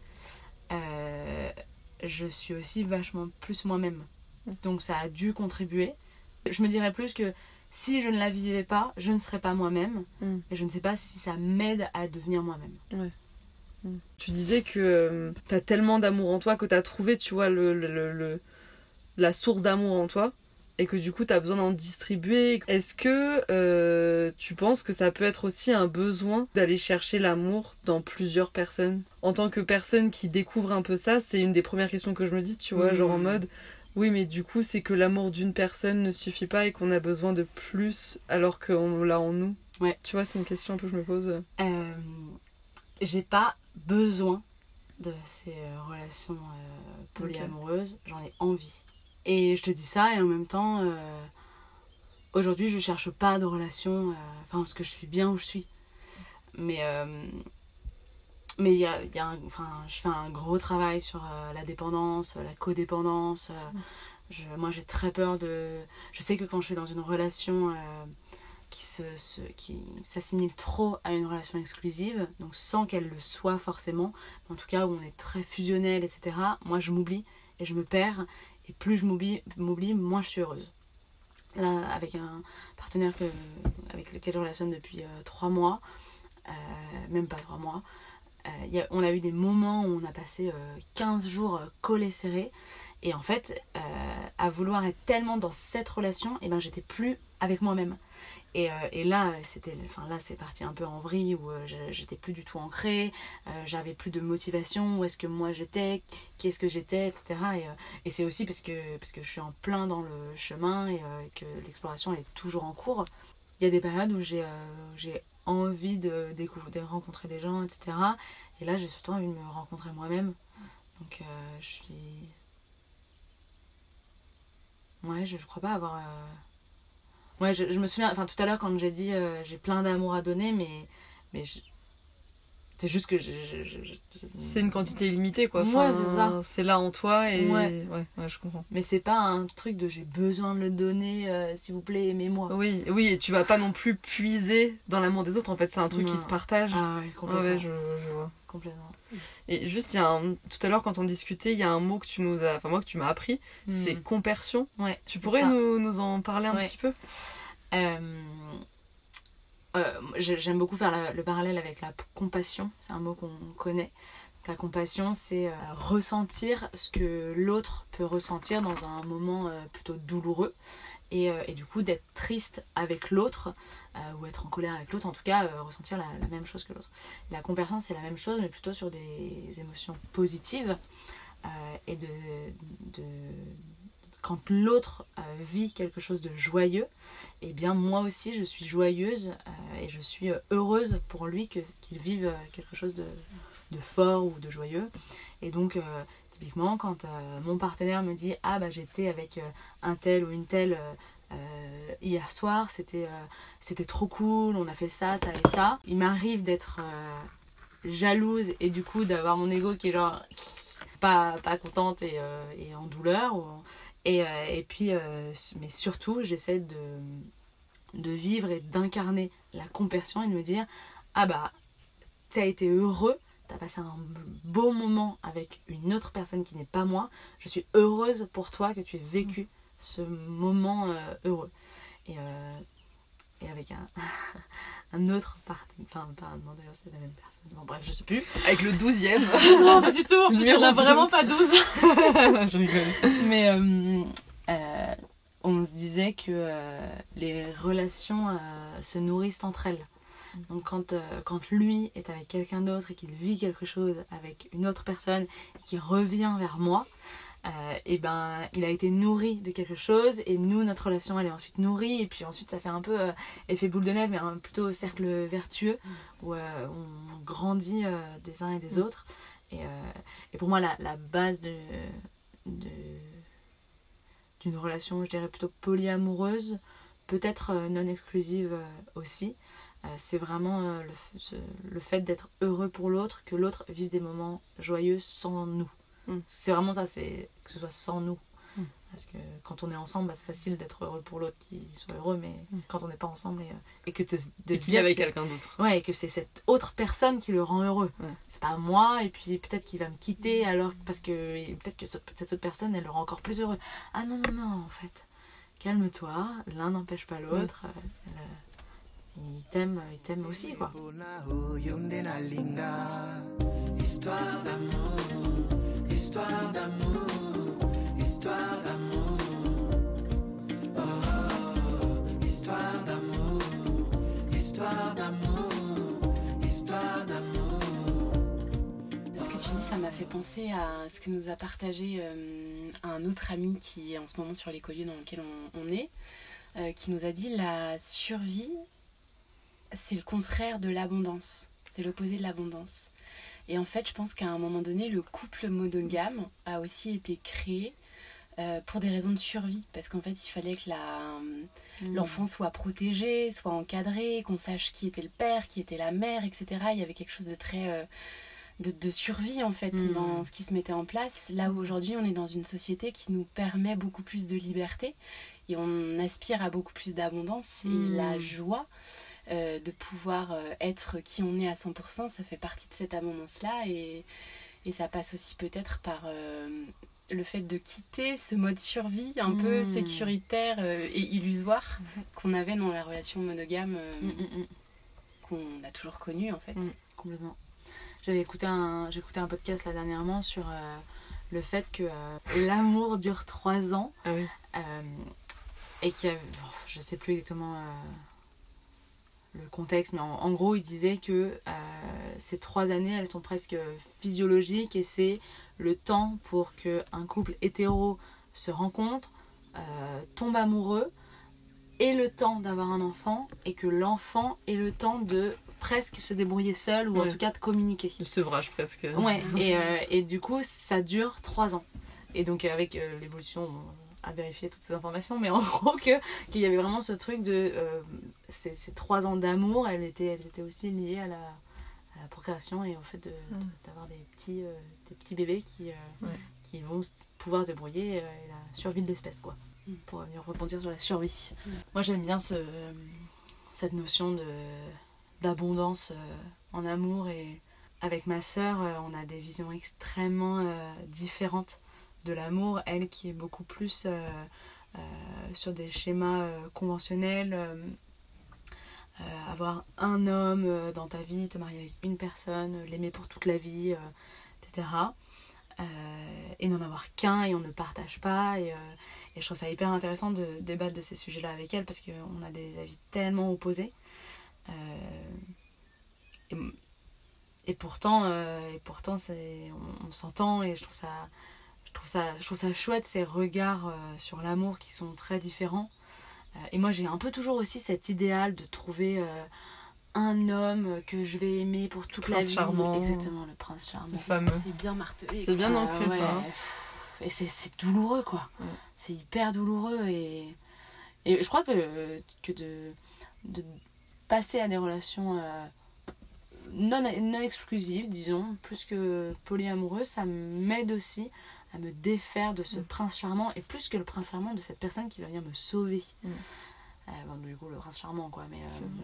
je suis aussi vachement plus moi-même. Donc ça a dû contribuer. Je me dirais plus que si je ne la vivais pas, je ne serais pas moi-même. Et je ne sais pas si ça m'aide à devenir moi-même. Ouais. Tu disais que t'as tellement d'amour en toi que t'as trouvé, tu vois, la source d'amour en toi. Et que du coup t'as besoin d'en distribuer. Est-ce que tu penses que ça peut être aussi un besoin d'aller chercher l'amour dans plusieurs personnes? En tant que personne qui découvre un peu ça, c'est une des premières questions que je me dis, tu vois, genre en mode... Oui, mais du coup, c'est que l'amour d'une personne ne suffit pas et qu'on a besoin de plus alors qu'on l'a en nous. Ouais. Tu vois, c'est une question un peu que je me pose. J'ai pas besoin de ces relations polyamoureuses. J'en ai envie. Et je te dis ça, et en même temps, aujourd'hui, je cherche pas de relation, parce que je suis bien où je suis. Mais je fais un gros travail sur la dépendance, la codépendance. Moi, j'ai très peur de... Je sais que quand je suis dans une relation qui s'assimile trop à une relation exclusive, donc sans qu'elle le soit forcément, en tout cas où on est très fusionnel, etc., moi, je m'oublie et je me perds. Et plus je m'oublie, moins je suis heureuse. Là, avec un partenaire avec lequel je relationne depuis 3 mois, même pas 3 mois, on a eu des moments où on a passé 15 jours collés serrés. Et en fait, à vouloir être tellement dans cette relation, j'étais plus avec moi-même. Et là, c'est parti un peu en vrille, où j'étais plus du tout ancrée, j'avais plus de motivation, où est-ce que moi j'étais, qui est-ce que j'étais, etc. Et c'est aussi parce que je suis en plein dans le chemin et que l'exploration est toujours en cours. Il y a des périodes où j'ai envie de rencontrer des gens, etc. Et là, j'ai surtout envie de me rencontrer moi-même. Donc je suis... Ouais, je crois pas avoir... Ouais, je me souviens, tout à l'heure quand j'ai dit j'ai plein d'amour à donner, mais c'est juste que c'est une quantité limitée, quoi. Ouais, c'est ça. C'est là en toi et... Ouais, je comprends. Mais c'est pas un truc de j'ai besoin de le donner, s'il vous plaît, aimez-moi. Oui, et tu vas pas non plus puiser dans l'amour des autres, en fait, c'est un truc qui se partage. Ah ouais, complètement. Ouais, je vois. Complètement. Et juste, tout à l'heure, quand on discutait, il y a un mot que tu m'as appris, c'est compersion. Ouais. Tu pourrais nous en parler un petit peu? J'aime beaucoup faire le parallèle avec la compassion, c'est un mot qu'on connaît. La compassion, c'est ressentir ce que l'autre peut ressentir dans un moment plutôt douloureux, et du coup d'être triste avec l'autre, ou être en colère avec l'autre, en tout cas ressentir la même chose que l'autre. La compersion, c'est la même chose, mais plutôt sur des émotions positives, et quand l'autre vit quelque chose de joyeux, eh bien moi aussi je suis joyeuse, et je suis heureuse pour lui qu'il vive quelque chose de fort ou de joyeux. Et donc typiquement quand mon partenaire me dit j'étais avec un tel ou une telle hier soir, c'était trop cool, on a fait ça et ça, il m'arrive d'être jalouse et du coup d'avoir mon ego qui est genre pas contente et en douleur, et puis mais surtout j'essaie de vivre et d'incarner la compersion et de me dire t'as été heureux, t'as passé un beau moment avec une autre personne qui n'est pas moi, je suis heureuse pour toi que tu aies vécu ce moment heureux. Et avec un autre partenaire, non d'ailleurs c'est la même personne, bon bref je sais plus, avec le 12e. Non pas du tout, en plus il n'y en a vraiment pas 12. Je rigole. Mais on se disait que les relations se nourrissent entre elles. Donc quand lui est avec quelqu'un d'autre et qu'il vit quelque chose avec une autre personne et qu'il revient vers moi, il a été nourri de quelque chose, et nous notre relation elle est ensuite nourrie, et puis ensuite ça fait un peu effet boule de neige, mais plutôt cercle vertueux où on grandit des uns et des autres, et pour moi la base d'une relation, je dirais plutôt polyamoureuse, peut-être non exclusive aussi. C'est vraiment le fait d'être heureux pour l'autre, que l'autre vive des moments joyeux sans nous. C'est vraiment ça, c'est que ce soit sans nous. Parce que quand on est ensemble, c'est facile d'être heureux pour l'autre qui soit heureux, mais c'est quand on n'est pas ensemble et que de qu'il y avait quelqu'un d'autre. Ouais, et que c'est cette autre personne qui le rend heureux. C'est pas moi, et puis peut-être qu'il va me quitter alors parce que peut-être que cette autre personne elle le rend encore plus heureux. Ah non, en fait. Calme-toi, l'un n'empêche pas l'autre. Il t'aime aussi, quoi. Histoire d'amour, histoire d'amour, histoire d'amour, oh, histoire d'amour, histoire d'amour, histoire d'amour. Ce que tu dis, ça m'a fait penser à ce que nous a partagé un autre ami qui est en ce moment sur l'écolieu dans lequel on est, qui nous a dit la survie, c'est le contraire de l'abondance, c'est l'opposé de l'abondance. Et en fait, je pense qu'à un moment donné, le couple monogame a aussi été créé pour des raisons de survie. Parce qu'en fait, il fallait que l'enfant soit protégé, soit encadré, qu'on sache qui était le père, qui était la mère, etc. Il y avait quelque chose de très... de survie, en fait, dans ce qui se mettait en place. Là où aujourd'hui, on est dans une société qui nous permet beaucoup plus de liberté. Et on aspire à beaucoup plus d'abondance. Et la joie... de pouvoir être qui on est à 100%, ça fait partie de cette abondance-là et ça passe aussi peut-être par le fait de quitter ce mode survie un peu sécuritaire et illusoire qu'on avait dans la relation monogame qu'on a toujours connue en fait. Complètement. J'ai écouté un podcast là dernièrement sur le fait que l'amour dure 3 ans et qu'il y a, je sais plus exactement le contexte, mais en gros il disait que ces 3 années elles sont presque physiologiques et c'est le temps pour qu'un couple hétéro se rencontre, tombe amoureux, ait le temps d'avoir un enfant et que l'enfant ait le temps de presque se débrouiller seul ou en tout cas de communiquer. Le sevrage presque. Ouais, et du coup ça dure 3 ans. Et donc avec l'évolution... à vérifier toutes ces informations, mais en gros qu'il y avait vraiment ce truc de ces 3 ans d'amour, elles étaient aussi liées à la procréation et au fait d'avoir des petits bébés qui vont pouvoir se débrouiller et la survie de l'espèce, quoi, pour venir rebondir sur la survie. Moi j'aime bien cette notion d'abondance en amour, et avec ma sœur on a des visions extrêmement différentes de l'amour, elle qui est beaucoup plus sur des schémas conventionnels, avoir un homme dans ta vie, te marier avec une personne, l'aimer pour toute la vie, etc. Et n'en avoir qu'un et on ne partage pas, et je trouve ça hyper intéressant de débattre de ces sujets-là avec elle parce qu'on a des avis tellement opposés. Et pourtant on s'entend, et je trouve ça chouette, ces regards sur l'amour qui sont très différents. Et moi j'ai un peu toujours aussi cet idéal de trouver un homme que je vais aimer pour toute la vie. Charmant. Exactement, le prince charmant. C'est bien martelé. C'est bien ancré ça. Et c'est douloureux, quoi. C'est hyper douloureux, et je crois que de passer à des relations non exclusives, disons, plus que polyamoureuses, ça m'aide aussi à me défaire de ce prince charmant, et plus que le prince charmant, de cette personne qui va venir me sauver. Du coup le prince charmant, quoi, mais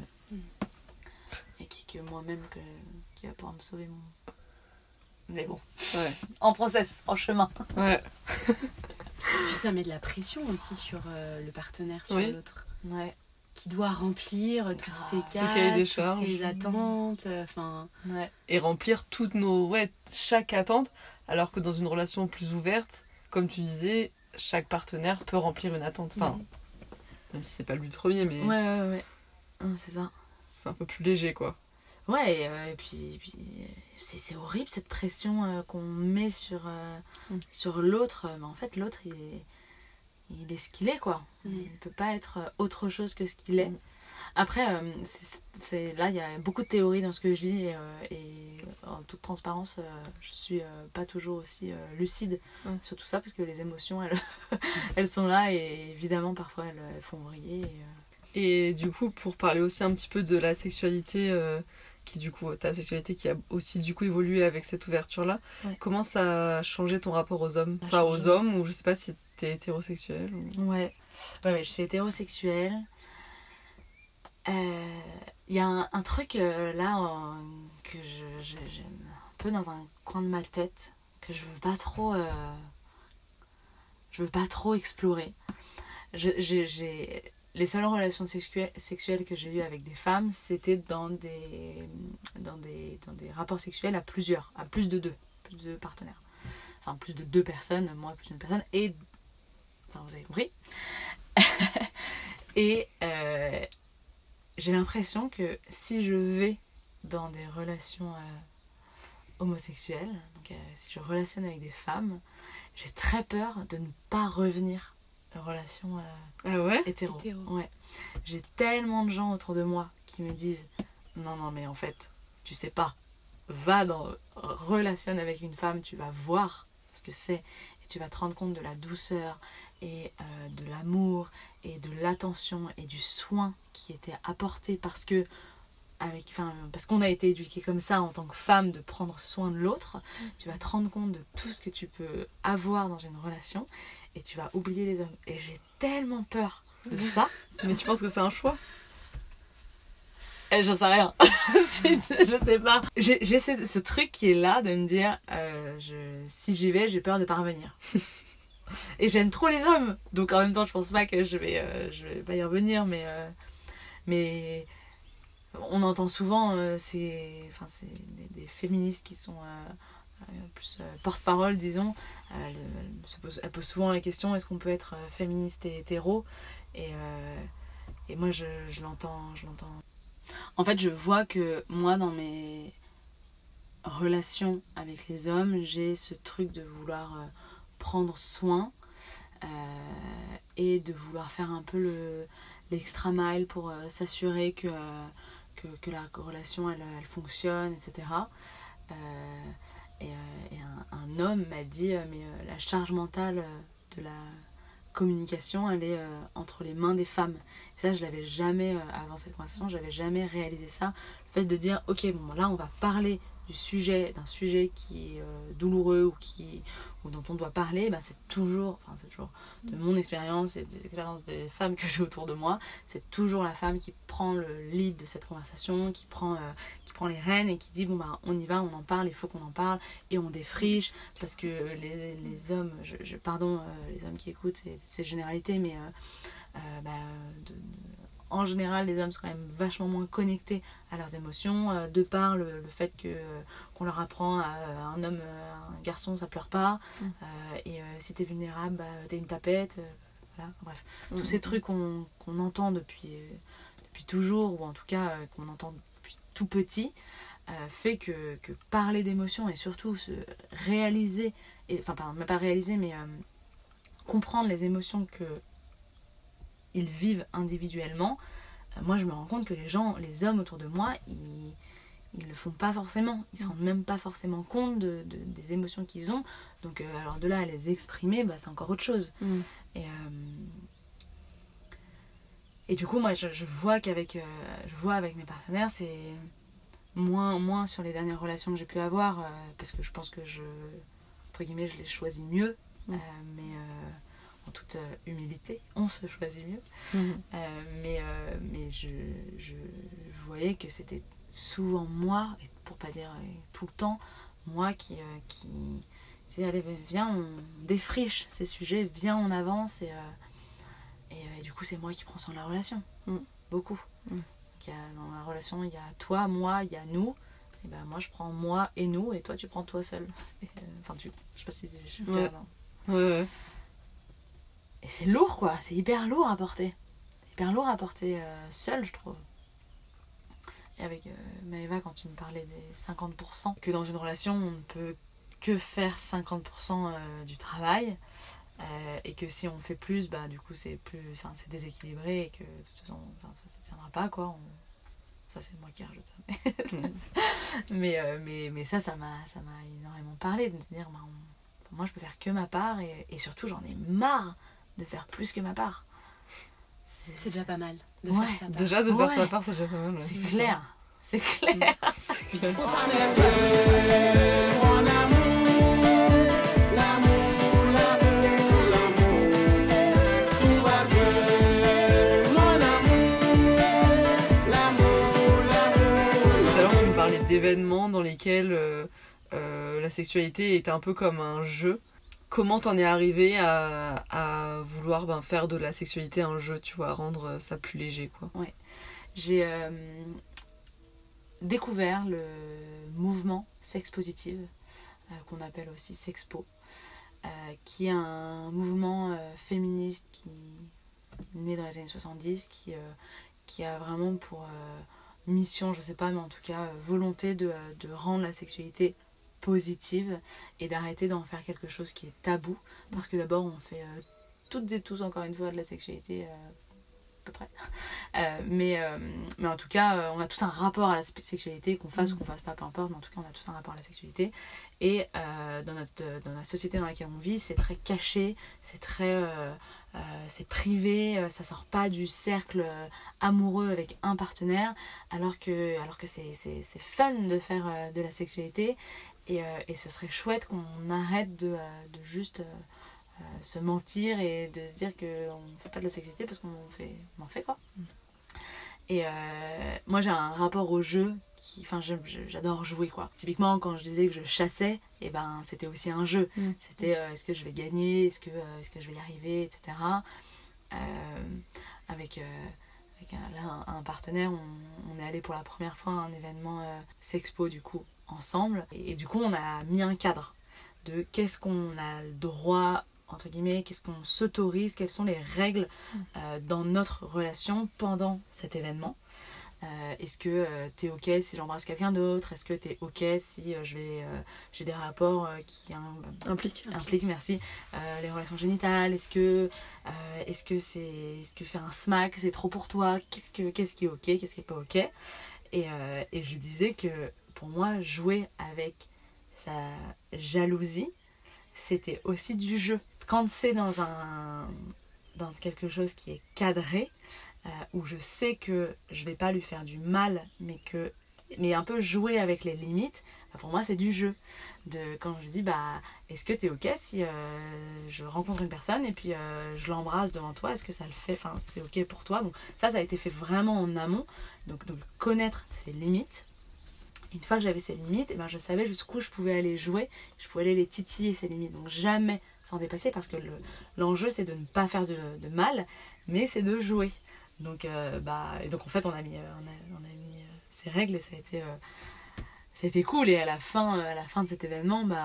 et que moi-même qui va pouvoir me sauver mais bon, en process, en chemin. Puis ça met de la pression aussi sur le partenaire, sur l'autre, qui doit remplir toutes ses cases, toutes ses attentes, et remplir toutes chaque attente. Alors que dans une relation plus ouverte, comme tu disais, chaque partenaire peut remplir une attente. Enfin, même si c'est pas lui le premier, mais... Ouais. C'est ça. C'est un peu plus léger, quoi. Ouais, et puis c'est horrible cette pression qu'on met sur l'autre. Mais en fait, l'autre, il est ce qu'il est, quoi. Il ne peut pas être autre chose que ce qu'il est. Après, là, il y a beaucoup de théories dans ce que je dis et en toute transparence, je suis pas toujours aussi lucide sur tout ça parce que les émotions, elles sont là et évidemment, parfois, elles font vriller. Et du coup, pour parler aussi un petit peu de la sexualité, ta sexualité qui a aussi du coup évolué avec cette ouverture-là, comment ça a changé ton rapport aux hommes ? Enfin, aux hommes, ou je sais pas si t'es hétérosexuelle ou... Ouais, je suis hétérosexuelle. Il y a un truc là que j'aime un peu dans un coin de ma tête que je veux pas trop explorer. Les seules relations sexuelles que j'ai eues avec des femmes, c'était dans des rapports sexuels à plus de deux partenaires. Enfin, plus de 2 personnes, moi plus d'une personne, et... Enfin, vous avez compris. Et j'ai l'impression que si je vais dans des relations homosexuelles, donc si je relationne avec des femmes, j'ai très peur de ne pas revenir en relation hétéro. Ouais. J'ai tellement de gens autour de moi qui me disent non mais en fait tu sais pas, relationne avec une femme, tu vas voir ce que c'est et tu vas te rendre compte de la douceur et de l'amour et de l'attention et du soin qui était apporté parce qu'on a été éduqués comme ça en tant que femme, de prendre soin de l'autre. Tu vas te rendre compte de tout ce que tu peux avoir dans une relation et tu vas oublier les hommes. Et j'ai tellement peur de ça. Mais tu penses que c'est un choix ? J'en sais rien. Je sais pas. J'ai ce truc qui est là de me dire si j'y vais, j'ai peur de pas revenir. Et j'aime trop les hommes. Donc en même temps, je pense pas que je vais pas y revenir, mais on entend souvent c'est des féministes qui sont plus porte-parole, disons. Elle pose souvent la question, est-ce qu'on peut être féministe et hétéro ? Et moi je l'entends. En fait, je vois que moi, dans mes relations avec les hommes, j'ai ce truc de vouloir prendre soin et de vouloir faire un peu l'extra mile pour s'assurer que la relation elle fonctionne, etc. Et un homme m'a dit mais la charge mentale de la communication elle est entre les mains des femmes. Et ça je l'avais jamais avant cette conversation, j'avais jamais réalisé ça, le fait de dire ok bon là on va parler d'un sujet qui est douloureux ou dont on doit parler, c'est toujours de mon expérience et des expériences des femmes que j'ai autour de moi, c'est toujours la femme qui prend le lead de cette conversation, qui prend les rênes et qui dit on y va, on en parle, il faut qu'on en parle et on défriche parce que les hommes, pardon les hommes qui écoutent, c'est généralité, mais en général les hommes sont quand même vachement moins connectés à leurs émotions de par le fait qu'on leur apprend un garçon ça pleure pas et si t'es vulnérable t'es une tapette, voilà, bref, tous ces trucs qu'on entend depuis toujours, ou en tout cas qu'on entend depuis tout petit, fait que parler d'émotions et surtout se réaliser, même pas réaliser mais comprendre les émotions que ils vivent individuellement, moi je me rends compte que les hommes autour de moi, ils le font pas forcément, ils se rendent même pas forcément compte des émotions qu'ils ont, donc alors de là à les exprimer, c'est encore autre chose. Et du coup moi je vois avec mes partenaires, c'est moins sur les dernières relations que j'ai pu avoir, parce que je pense que entre guillemets je les choisis mieux, mais en toute humilité, on se choisit mieux. Mais je voyais que c'était souvent moi, et pour pas dire tout le temps, moi qui disais allez viens on défriche ces sujets, viens on avance, et du coup c'est moi qui prends soin de la relation, beaucoup. Dans la relation il y a toi, moi, il y a nous, et moi je prends moi et nous, et toi tu prends toi seul. Je sais pas si je suis claire. Ouais. Et c'est lourd quoi, c'est hyper lourd à porter. Seul je trouve. Et avec Maëva, quand tu me parlais des 50%, que dans une relation on ne peut que faire 50% du travail, Et que si on fait plus, bah du coup c'est déséquilibré et que de toute façon ça tiendra pas quoi. Ça c'est moi qui rajoute ça. mais ça m'a énormément parlé de me dire moi je peux faire que ma part et surtout j'en ai marre de faire plus que ma part. C'est déjà pas mal de faire sa part. Déjà de faire sa part, c'est déjà pas mal. C'est clair. C'est clair. C'est clair. D'événements dans lesquels la sexualité était un peu comme un jeu. Comment t'en es arrivé à vouloir faire de la sexualité un jeu, tu vois, rendre ça plus léger, quoi. Ouais. J'ai découvert le mouvement sex positive, qu'on appelle aussi sexpo, qui est un mouvement féministe qui est né dans les années 70, qui a vraiment pour mission, je sais pas, mais en tout cas volonté de rendre la sexualité positive et d'arrêter d'en faire quelque chose qui est tabou, parce que d'abord on fait toutes et tous encore une fois de la sexualité à peu près, mais en tout cas on a tous un rapport à la sexualité, qu'on fasse ou qu'on fasse pas, peu importe, mais en tout cas on a tous un rapport à la sexualité et dans la société dans laquelle on vit, c'est très caché, c'est très c'est privé, ça sort pas du cercle amoureux avec un partenaire, alors que c'est fun de faire de la sexualité et ce serait chouette qu'on arrête de juste se mentir et de se dire qu'on fait pas de la sexualité parce qu'on en fait quoi. Et moi j'ai un rapport au jeu j'adore jouer quoi. Typiquement quand je disais que je chassais, et c'était aussi un jeu. C'était est-ce que je vais gagner, est-ce que je vais y arriver, etc. Avec un partenaire, on est allé pour la première fois à un événement sexpo du coup ensemble et du coup on a mis un cadre de qu'est-ce qu'on a le droit entre guillemets, qu'est-ce qu'on s'autorise, quelles sont les règles dans notre relation pendant cet événement. Est-ce que t'es ok si j'embrasse quelqu'un d'autre, est-ce que t'es ok si j'ai des rapports qui impliquent merci les relations génitales, est-ce que faire un smack c'est trop pour toi, qu'est-ce qui est ok, qu'est-ce qui est pas ok, et je disais que pour moi jouer avec sa jalousie c'était aussi du jeu. Quand c'est dans quelque chose qui est cadré, où je sais que je vais pas lui faire du mal, mais un peu jouer avec les limites, pour moi c'est du jeu. Quand je dis est-ce que t'es ok si je rencontre une personne et puis je l'embrasse devant toi, est-ce que ça le fait, c'est ok pour toi. Donc ça a été fait vraiment en amont, donc connaître ses limites. Une fois que j'avais ces limites, je savais jusqu'où je pouvais aller jouer, je pouvais aller les titiller ces limites, donc jamais s'en dépasser, parce que l'enjeu c'est de ne pas faire de mal, mais c'est de jouer. Donc en fait on a mis ces règles et ça a été cool, et à la fin de cet événement il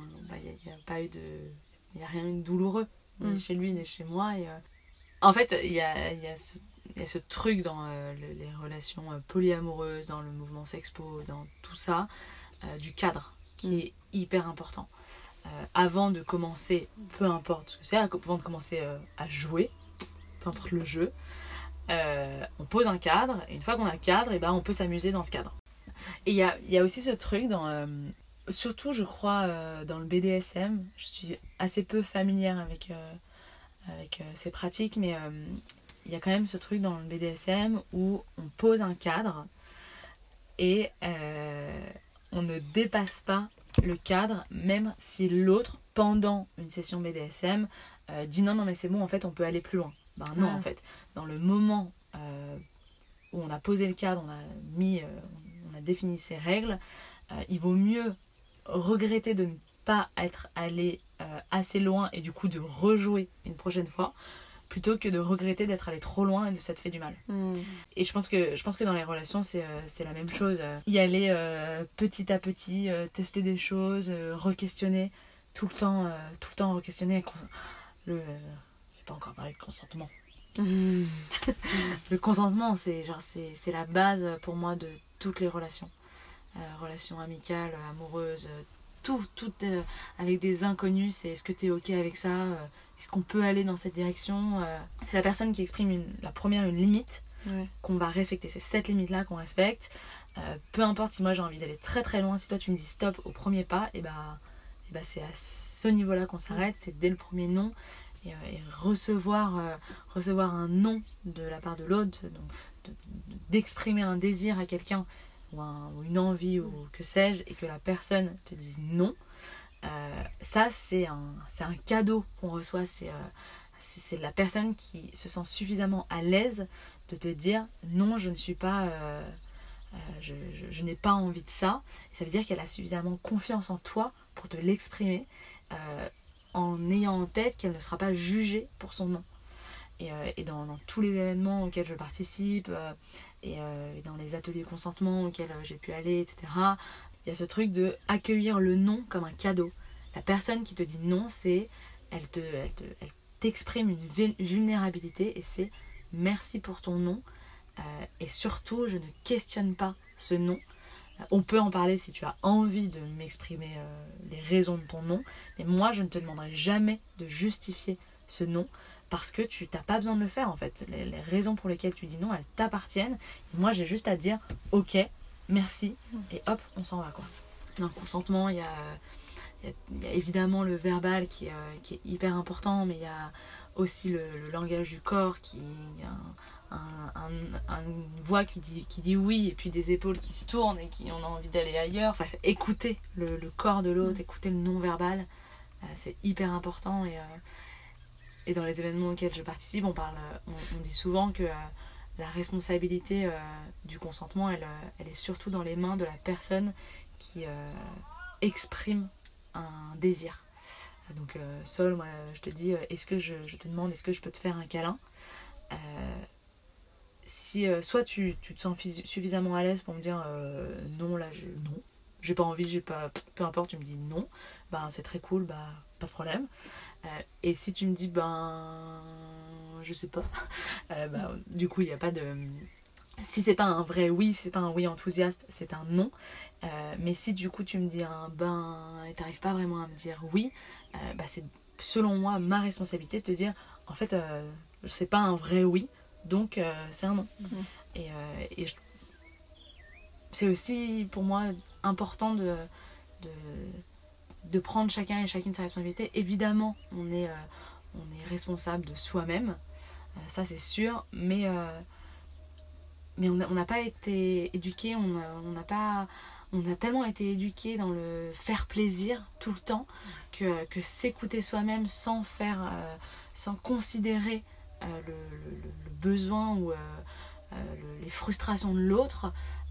n'y a rien de douloureux ni chez lui ni chez moi, et en fait il y a ce truc dans les relations polyamoureuses, dans le mouvement sexpo, dans tout ça, du cadre qui est hyper important. Avant de commencer, peu importe ce que c'est, avant de commencer à jouer, peu importe le jeu, on pose un cadre, et une fois qu'on a le cadre, on peut s'amuser dans ce cadre. Et il y a aussi ce truc surtout je crois dans le BDSM, je suis assez peu familière avec ces pratiques, mais il y a quand même ce truc dans le BDSM où on pose un cadre et on ne dépasse pas le cadre, même si l'autre, pendant une session BDSM, dit non mais c'est bon, en fait on peut aller plus loin. Non, en fait, dans le moment où on a posé le cadre, on a défini ses règles, il vaut mieux regretter de ne pas être allé assez loin et du coup de rejouer une prochaine fois, plutôt que de regretter d'être allé trop loin et de s'être fait du mal. Et je pense que dans les relations c'est la même chose, y aller petit à petit, tester des choses, re-questionner tout le temps re-questionner. J'ai pas encore parlé de consentement. Le consentement c'est la base pour moi de toutes les relations, relations amicales, amoureuses, tout avec des inconnus, c'est est-ce que tu es ok avec ça, est-ce qu'on peut aller dans cette direction, c'est la personne qui exprime la première une limite qu'on va respecter, c'est cette limite là qu'on respecte, peu importe si moi j'ai envie d'aller très très loin, si toi tu me dis stop au premier pas, et c'est à ce niveau là qu'on s'arrête, c'est dès le premier non. Et recevoir un non de la part de l'autre, d'exprimer un désir à quelqu'un ou une envie ou que sais-je, et que la personne te dise non, ça c'est un cadeau qu'on reçoit, c'est la personne qui se sent suffisamment à l'aise de te dire non, je ne suis pas je n'ai pas envie de ça, et ça veut dire qu'elle a suffisamment confiance en toi pour te l'exprimer, en ayant en tête qu'elle ne sera pas jugée pour son non. Et dans tous les événements auxquels je participe, et dans les ateliers consentement auxquels j'ai pu aller, etc., il y a ce truc de accueillir le non comme un cadeau. La personne qui te dit non, elle t'exprime une vulnérabilité, et c'est merci pour ton non, et surtout je ne questionne pas ce non. On peut en parler si tu as envie de m'exprimer les raisons de ton non, mais moi je ne te demanderai jamais de justifier ce non, parce que tu n'as pas besoin de le faire en fait. Les raisons pour lesquelles tu dis non, elles t'appartiennent, et moi j'ai juste à dire ok, merci, et hop, on s'en va quoi. Dans le consentement, il y a évidemment le verbal qui est hyper important, mais il y a aussi le langage du corps, une voix qui dit oui, et puis des épaules qui se tournent et qui on a envie d'aller ailleurs. Enfin, écouter le corps de l'autre, écouter le non-verbal, c'est hyper important. Et dans les événements auxquels je participe, on dit souvent que la responsabilité du consentement, elle est surtout dans les mains de la personne qui exprime un désir. Donc Sol, moi je te dis, je te demande est-ce que je peux te faire un câlin, si soit tu te sens suffisamment à l'aise pour me dire non, là non, j'ai pas envie, peu importe, tu me dis non, c'est très cool, pas de problème. Et si tu me dis je sais pas, du coup il n'y a pas de, si c'est pas un vrai oui, c'est pas un oui enthousiaste, c'est un non. Mais si du coup tu me dis et t'arrives pas vraiment à me dire oui, c'est selon moi ma responsabilité de te dire en fait c'est pas un vrai oui, donc c'est un non. Et c'est aussi pour moi important de prendre chacun et chacune sa responsabilité. Évidemment on est responsable de soi-même, ça c'est sûr, mais on n'a pas été éduqué, on a tellement été éduqué dans le faire plaisir tout le temps que s'écouter soi-même sans considérer le besoin ou les frustrations de l'autre,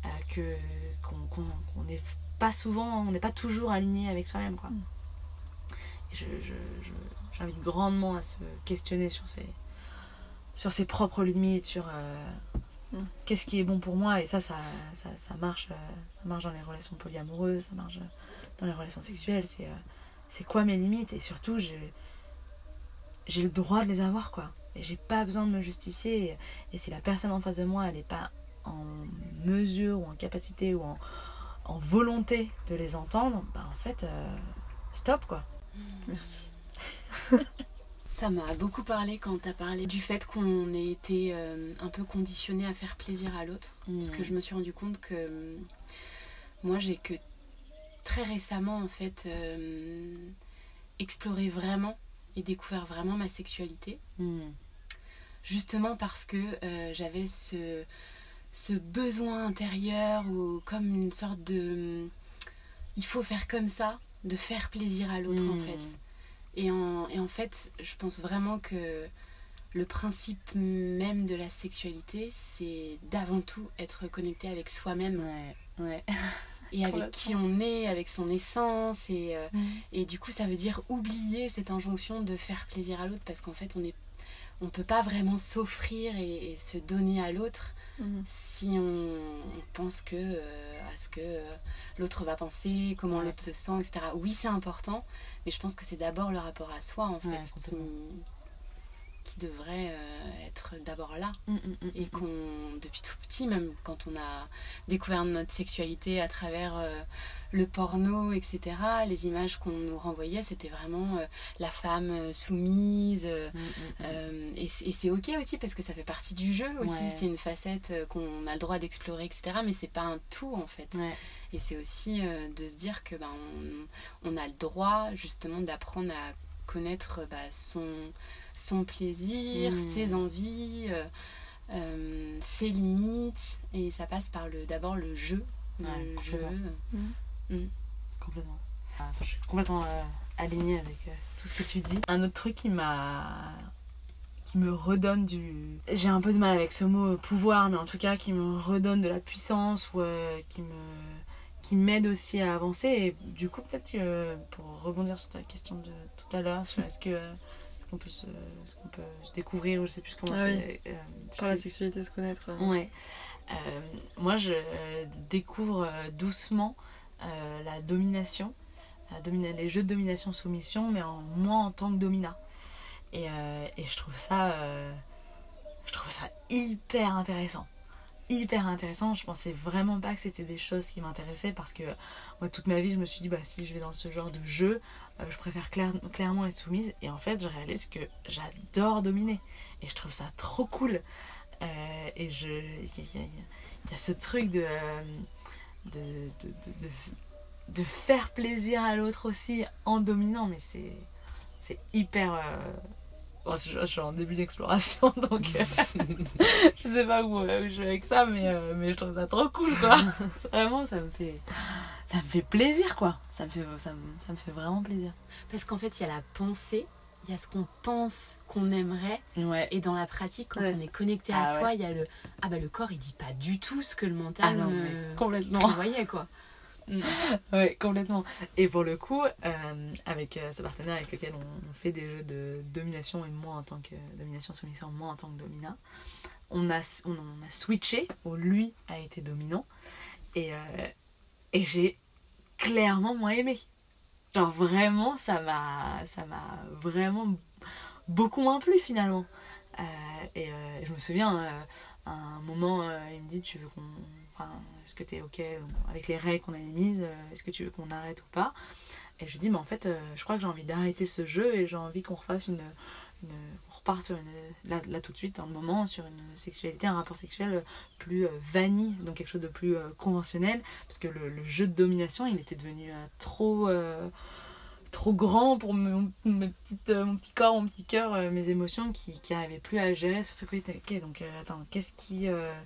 qu'on n'est pas souvent, on n'est pas toujours aligné avec soi-même quoi. Et j'invite grandement à se questionner sur ses propres limites, sur qu'est-ce qui est bon pour moi, et ça marche dans les relations polyamoureuses, ça marche dans les relations sexuelles, c'est quoi mes limites, et surtout j'ai le droit de les avoir quoi, et j'ai pas besoin de me justifier, et si la personne en face de moi elle est pas en mesure ou en capacité ou en volonté de les entendre, en fait stop quoi. Merci. Ça m'a beaucoup parlé quand tu as parlé du fait qu'on ait été un peu conditionné à faire plaisir à l'autre. Parce que je me suis rendu compte que moi, j'ai que très récemment, en fait, exploré vraiment et découvert vraiment ma sexualité. Justement parce que j'avais ce besoin intérieur, ou comme une sorte de... il faut faire comme ça, de faire plaisir à l'autre, en fait. Et en fait, je pense vraiment que le principe même de la sexualité, c'est d'avant tout être connecté avec soi-même. Ouais. Et avec qui on est, avec son essence. Et du coup, ça veut dire oublier cette injonction de faire plaisir à l'autre, parce qu'en fait, on peut pas vraiment s'offrir et se donner à l'autre si on pense à ce que l'autre va penser, comment l'autre se sent, etc. Oui, c'est important, mais je pense que c'est d'abord le rapport à soi, en fait, qui devrait être d'abord là. Et qu'on, depuis tout petit, même quand on a découvert notre sexualité à travers le porno, etc., les images qu'on nous renvoyait, c'était vraiment la femme soumise. Et c'est ok aussi, parce que ça fait partie du jeu aussi. Ouais. C'est une facette qu'on a le droit d'explorer, etc., mais c'est pas un tout, en fait. Ouais. Et c'est aussi de se dire que on a le droit, justement, d'apprendre à connaître son plaisir, ses envies, ses limites, et ça passe par d'abord le jeu. Complètement. Enfin, je suis complètement alignée avec tout ce que tu dis. Un autre truc qui me redonne j'ai un peu de mal avec ce mot pouvoir, mais en tout cas qui me redonne de la puissance, ou qui m'aide aussi à avancer. Et du coup, peut-être que pour rebondir sur ta question de tout à l'heure, sur est-ce qu'on peut se découvrir, ou je sais plus comment c'est. Par la sexualité, se connaître. Ouais. Moi, je découvre doucement la domination, les jeux de domination-soumission, mais moi en tant que domina. Et je trouve ça hyper intéressant. Hyper intéressant. Je pensais vraiment pas que c'était des choses qui m'intéressaient, parce que moi, toute ma vie, je me suis dit, si je vais dans ce genre de jeu, je préfère clairement être soumise. Et en fait, je réalise que j'adore dominer. Et je trouve ça trop cool. Et il y a ce truc de faire plaisir à l'autre aussi en dominant, mais c'est hyper... je suis en début d'exploration, donc je sais pas où je vais avec ça, mais je trouve ça trop cool, quoi. Vraiment, ça me fait plaisir, quoi. Ça me fait vraiment plaisir. Parce qu'en fait, il y a la pensée, il y a ce qu'on pense qu'on aimerait, et dans la pratique, quand on est connecté à soi, il y a le corps, il dit pas du tout ce que le mental complètement prévoyait, quoi. Ouais, complètement. Et pour le coup, avec ce partenaire avec lequel on fait des jeux de domination, et moi en tant que domination-soumission, moi en tant que domina, on a switché, où lui a été dominant, et j'ai clairement moins aimé. Genre vraiment, ça m'a vraiment beaucoup moins plu, finalement. Et je me souviens, à un moment, il me dit, tu veux est-ce que t'es ok avec les règles qu'on a émises, est-ce que tu veux qu'on arrête ou pas? Et je lui dis, mais en fait, je crois que j'ai envie d'arrêter ce jeu, et j'ai envie qu'on refasse on reparte sur là tout de suite, dans le moment, sur une sexualité, un rapport sexuel plus vanille, donc quelque chose de plus conventionnel, parce que le jeu de domination, il était devenu trop grand pour mon petit corps, mon petit cœur, mes émotions qui n'arrivaient plus à gérer ce truc. Ok, donc attends, qu'est-ce qui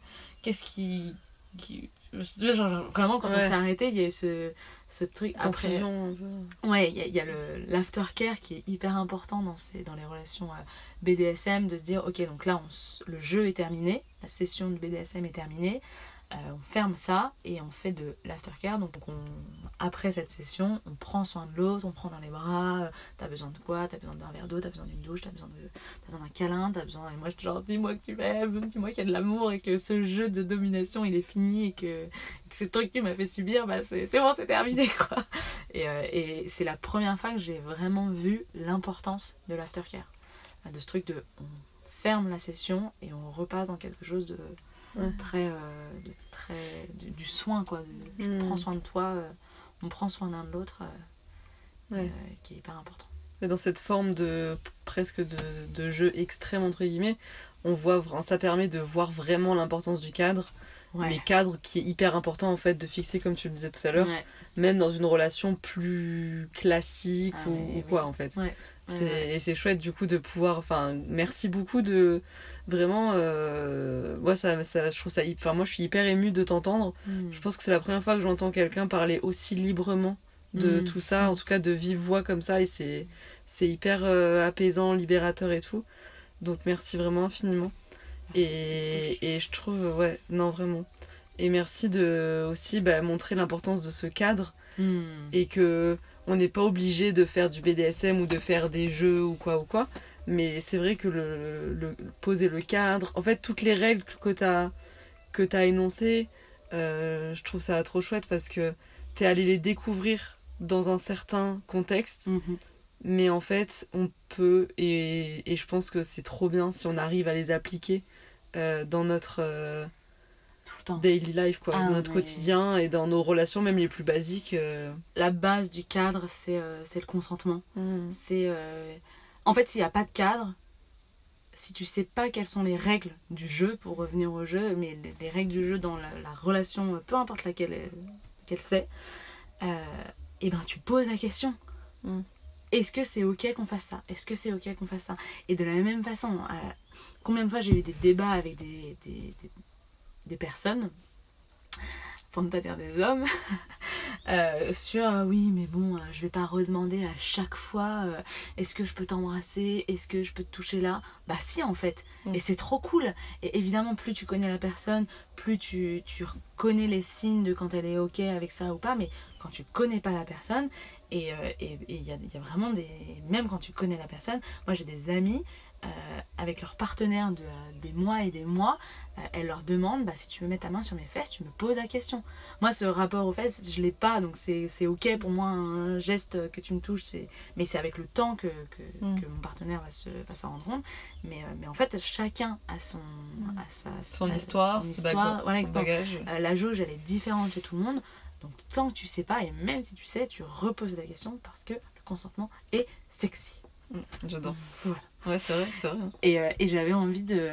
genre, vraiment, quand on s'est arrêté, il y a eu ce truc confusion, après. Ouais, il y a l'aftercare qui est hyper important dans les relations BDSM, de se dire, ok, donc là le jeu est terminé, la session de BDSM est terminée, on ferme ça et on fait de l'aftercare. Donc après cette session, on prend soin de l'autre, on prend dans les bras, t'as besoin de quoi, t'as besoin d'un verre d'eau, t'as besoin d'une douche, t'as besoin d'un câlin, t'as besoin... Et moi je suis genre, dis-moi que tu m'aimes, dis-moi qu'il y a de l'amour, et que ce jeu de domination il est fini, et que ce truc qui m'a fait subir, c'est bon, c'est terminé, quoi. Et c'est la première fois que j'ai vraiment vu l'importance de l'aftercare, de ce truc de on ferme la session et on repasse dans quelque chose de du soin, quoi. Je prends soin de toi, on prend soin l'un de l'autre, qui est hyper important. Mais dans cette forme presque de jeu extrême, entre guillemets, ça permet de voir vraiment l'importance du cadre, mais cadre qui est hyper important, en fait, de fixer, comme tu le disais tout à l'heure, même dans une relation plus classique ou quoi, en fait. Et c'est chouette, du coup, de pouvoir... merci beaucoup de... Vraiment, moi, je trouve ça... moi, je suis hyper émue de t'entendre. Je pense que c'est la première fois que j'entends quelqu'un parler aussi librement de tout ça, en tout cas de vive voix comme ça, et c'est hyper apaisant, libérateur et tout. Donc, merci vraiment infiniment. Et je trouve... vraiment. Et merci de aussi montrer l'importance de ce cadre, et que... on n'est pas obligé de faire du BDSM ou de faire des jeux ou quoi, mais c'est vrai que poser le cadre, en fait toutes les règles que t'as énoncées, je trouve ça trop chouette, parce que t'es allé les découvrir dans un certain contexte, mais en fait on peut, et je pense que c'est trop bien si on arrive à les appliquer dans notre Tout le temps. daily life, quoi, Ah, dans notre mais- quotidien et dans nos relations même les plus basiques. La base du cadre, c'est le consentement. Mm. C'est en fait, s'il n'y a pas de cadre, si tu sais pas quelles sont les règles du jeu, pour revenir au jeu, mais les règles du jeu dans la relation, peu importe laquelle qu'elle c'est, et ben tu poses la question. Mm. Est-ce que c'est ok qu'on fasse ça? Est-ce que c'est ok qu'on fasse ça? Et de la même façon, combien de fois j'ai eu des débats avec des personnes, pour ne pas dire des hommes, sur oui mais bon je vais pas redemander à chaque fois est-ce que je peux t'embrasser, est-ce que je peux te toucher là, bah si en fait, et c'est trop cool. Et évidemment plus tu connais la personne, plus tu connais les signes de quand elle est ok avec ça ou pas, mais quand tu connais pas la personne, et il y a vraiment même quand tu connais la personne, moi j'ai des amis avec leurs partenaires des mois et des mois, elles leur demandent bah, si tu veux mettre ta main sur mes fesses, tu me poses la question. Moi ce rapport aux fesses je l'ai pas, donc c'est ok pour moi un geste que tu me touches, mais c'est avec le temps que mon partenaire va s'en rendre compte, mais en fait chacun a son Histoire, son son histoire, voilà, son bagage. la jauge elle est différente chez tout le monde, donc tant que tu sais pas, et même si tu sais, tu reposes la question parce que le consentement est sexy. J'adore. Voilà. Ouais, c'est vrai, c'est vrai. Et j'avais envie de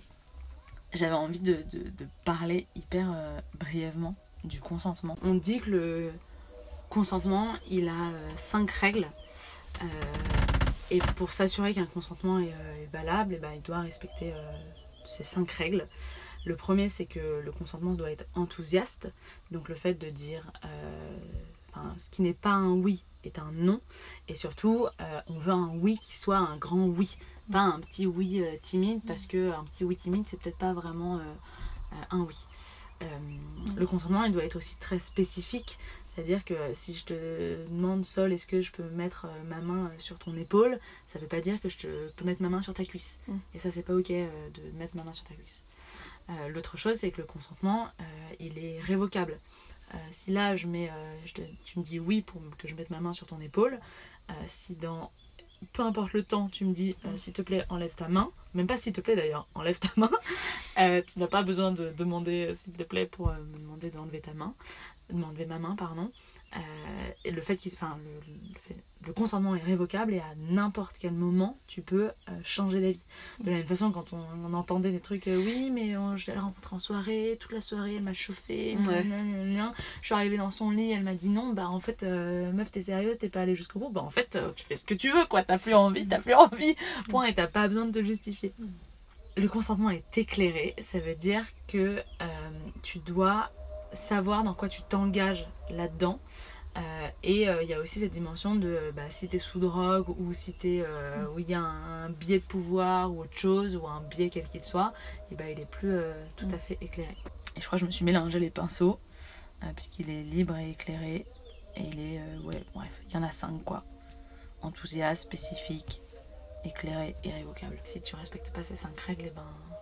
parler hyper brièvement du consentement. On dit que le consentement, il a 5 règles. Et pour s'assurer qu'un consentement est valable, et ben, il doit respecter ces 5 règles. Le premier, c'est que le consentement doit être enthousiaste. Donc le fait de dire ce qui n'est pas un oui est un non. Et surtout, on veut un oui qui soit un grand oui. Pas un petit oui timide, parce que un petit oui timide, c'est peut-être pas vraiment un oui. Le consentement, il doit être aussi très spécifique. C'est-à-dire que si je te demande, Sol, est-ce que je peux mettre ma main sur ton épaule, ça veut pas dire que je peux mettre ma main sur ta cuisse. Et ça, c'est pas ok de mettre ma main sur ta cuisse. L'autre chose, c'est que le consentement, il est révocable. Si là, tu me dis oui pour que je mette ma main sur ton épaule, si dans peu importe le temps, tu me dis s'il te plaît, enlève ta main, même pas s'il te plaît d'ailleurs, enlève ta main, tu n'as pas besoin de demander s'il te plaît pour me demander d'enlever ma main, pardon. Et le fait le consentement est révocable, et à n'importe quel moment tu peux changer d'avis. De la même façon, quand on entendait des trucs oui mais je l'ai rencontrée en soirée, toute la soirée elle m'a chauffé, je suis arrivée dans son lit, elle m'a dit non, bah en fait meuf t'es sérieuse, t'es pas allée jusqu'au bout, bah en fait tu fais ce que tu veux quoi, t'as plus envie, point, et t'as pas besoin de te justifier. Le consentement est éclairé, ça veut dire que tu dois savoir dans quoi tu t'engages là-dedans, et il y a aussi cette dimension de si t'es sous drogue, ou si t'es où il y a un biais de pouvoir ou autre chose, ou un biais quel qu'il soit, et il est plus tout à fait éclairé. Et je crois que je me suis mélangé les pinceaux, puisqu'il est libre et éclairé, et il est bref, il y en a 5 quoi: enthousiaste, spécifique, éclairé et révocable. Si tu respectes pas ces 5 règles, et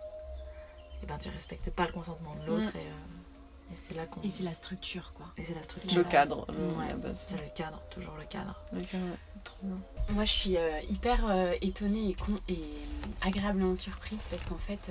ben tu respectes pas le consentement de l'autre, et c'est là qu'on... Et c'est la structure, quoi. Et c'est la structure. Le cadre. Ouais, la base. c'est le cadre, toujours le cadre. Le cadre, trop bien. Moi, je suis hyper étonnée et agréablement surprise, parce qu'en fait,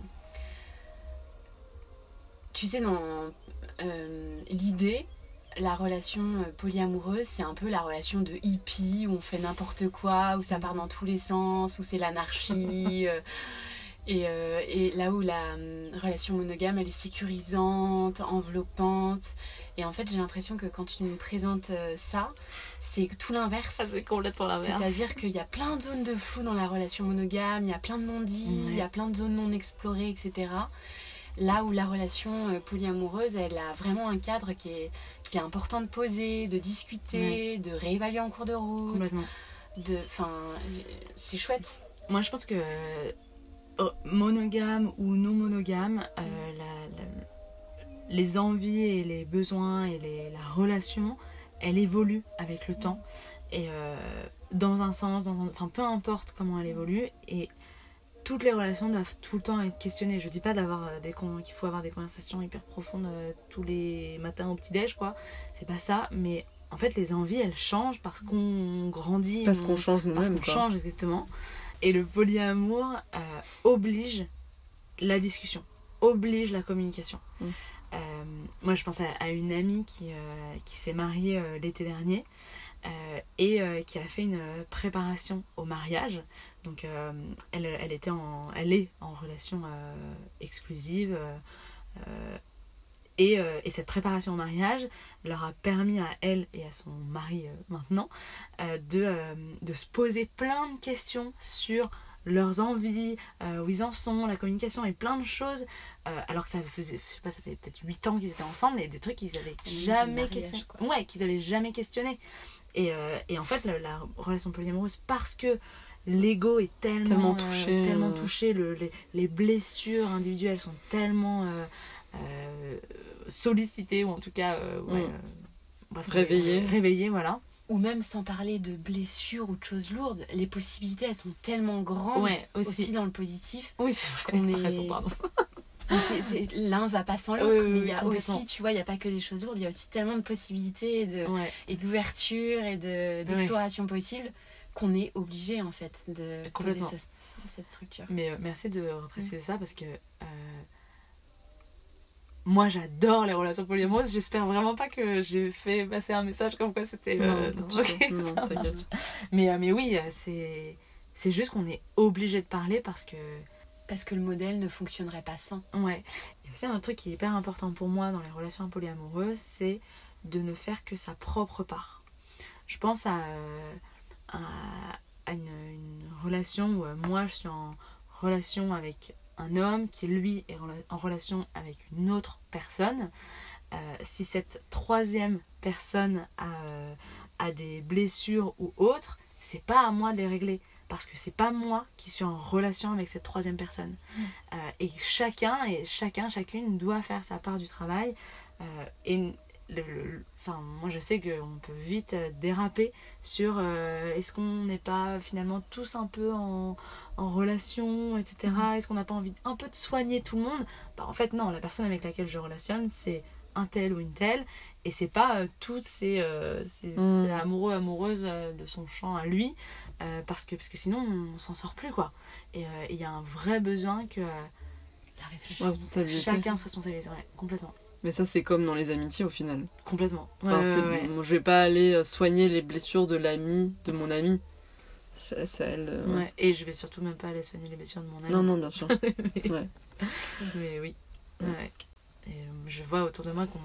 tu sais, dans l'idée, la relation polyamoureuse, c'est un peu la relation de hippie, où on fait n'importe quoi, où ça part dans tous les sens, où c'est l'anarchie. Et là où la relation monogame, elle est sécurisante, enveloppante. Et en fait, j'ai l'impression que quand tu nous présentes ça, c'est tout l'inverse. C'est complètement l'inverse. C'est-à-dire qu'il y a plein de zones de flou dans la relation monogame, il y a plein de non-dits, il y a plein de zones non explorées, etc. Là où la relation polyamoureuse, elle a vraiment un cadre qu'il est important de poser, de discuter, de réévaluer en cours de route. Complètement. C'est chouette. Moi, je pense que monogame ou non monogame, les envies et les besoins et la relation, elle évolue avec le temps, et dans un sens, enfin peu importe comment elle évolue, et toutes les relations doivent tout le temps être questionnées. Je dis pas qu'il faut avoir des conversations hyper profondes tous les matins au petit-déj, quoi, c'est pas ça, mais en fait, les envies, elles changent parce qu'on grandit. Parce qu'on change parce nous-mêmes. qu'on change, exactement. Et le polyamour oblige la discussion, oblige la communication. Moi, je pense à une amie qui s'est mariée l'été dernier et qui a fait une préparation au mariage. Donc, elle est en relation exclusive. Et cette préparation au mariage leur a permis à elle et à son mari maintenant de se poser plein de questions sur leurs envies, où ils en sont, la communication et plein de choses, alors que ça faisait, je sais pas, ça fait peut-être 8 ans qu'ils étaient ensemble et des trucs qu'ils avaient jamais questionné. Ouais, qu'ils avaient jamais questionné. Et en fait, la relation polyamoureuse, parce que l'ego est tellement touché, les blessures individuelles sont tellement sollicitées, ou en tout cas bref, réveillées, voilà. Ou même sans parler de blessures ou de choses lourdes, les possibilités elles sont tellement grandes aussi dans le positif. Oui, c'est vrai, t'as raison, pardon. L'un va pas sans l'autre, mais il y a aussi, tu vois, il n'y a pas que des choses lourdes, il y a aussi tellement de possibilités et d'ouverture et d'exploration possible qu'on est obligé en fait de poser cette structure. Mais merci de repréciser ça parce que moi j'adore les relations polyamoureuses. J'espère vraiment pas que j'ai fait passer un message comme quoi c'était non, t'inquiète. Mais oui, c'est juste qu'on est obligé de parler parce que le modèle ne fonctionnerait pas sans. Ouais. Et aussi un autre truc qui est hyper important pour moi dans les relations polyamoureuses, c'est de ne faire que sa propre part. Je pense à une relation où moi je suis en relation avec un homme qui lui est en relation avec une autre personne. Si cette troisième personne a des blessures ou autres, c'est pas à moi de les régler. Parce que c'est pas moi qui suis en relation avec cette troisième personne. Et chacune doit faire sa part du travail. Moi je sais qu'on peut vite déraper sur est-ce qu'on n'est pas finalement tous un peu en relation, etc. Est-ce qu'on n'a pas envie un peu de soigner tout le monde? En fait non, la personne avec laquelle je relationne c'est un tel ou une telle, et c'est pas toutes ces amoureuses de son champ à lui, parce que sinon on s'en sort plus quoi. Et il y a un vrai besoin que la responsabilité, chacun se responsabilise, complètement. Mais ça c'est comme dans les amitiés au final. Complètement. Moi, je vais pas aller soigner les blessures de mon ami. C'est elle. Et je vais surtout même pas aller soigner les blessures de mon ami. Non, bien sûr. Mais oui. Ouais. Et je vois autour de moi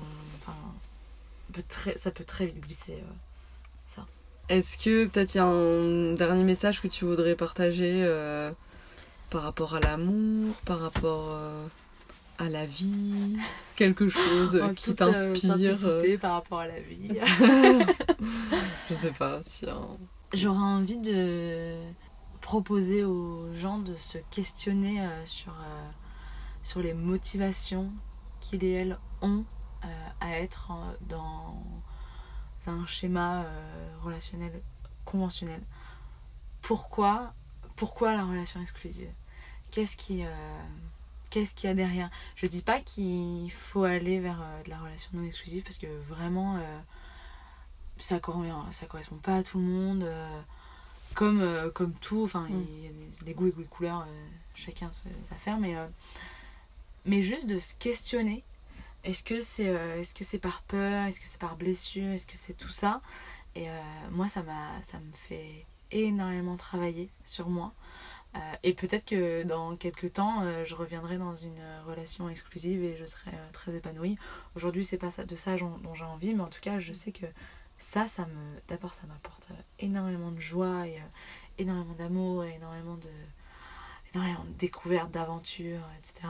ça peut très vite glisser, ça. Est-ce que peut-être il y a un dernier message que tu voudrais partager par rapport à l'amour, par rapport à la vie, quelque chose qui t'inspire par rapport à la vie. Je sais pas si j'aurais envie de proposer aux gens de se questionner sur les motivations qu'ils et elles ont à être dans un schéma relationnel conventionnel. Pourquoi la relation exclusive? Qu'est-ce qu'il y a derrière? Je dis pas qu'il faut aller vers de la relation non exclusive parce que vraiment ça correspond pas à tout le monde, comme tout, enfin il y a des goûts et couleurs, chacun ses affaires, mais juste de se questionner. Est-ce que c'est par peur? Est-ce que c'est par blessure? Est-ce que c'est tout ça? Et moi, ça me fait énormément travailler sur moi. Et peut-être que dans quelques temps, je reviendrai dans une relation exclusive et je serai très épanouie. Aujourd'hui, c'est pas de ça dont j'ai envie, mais en tout cas, je sais que d'abord, ça m'apporte énormément de joie et énormément d'amour et énormément de découvertes, d'aventures, etc.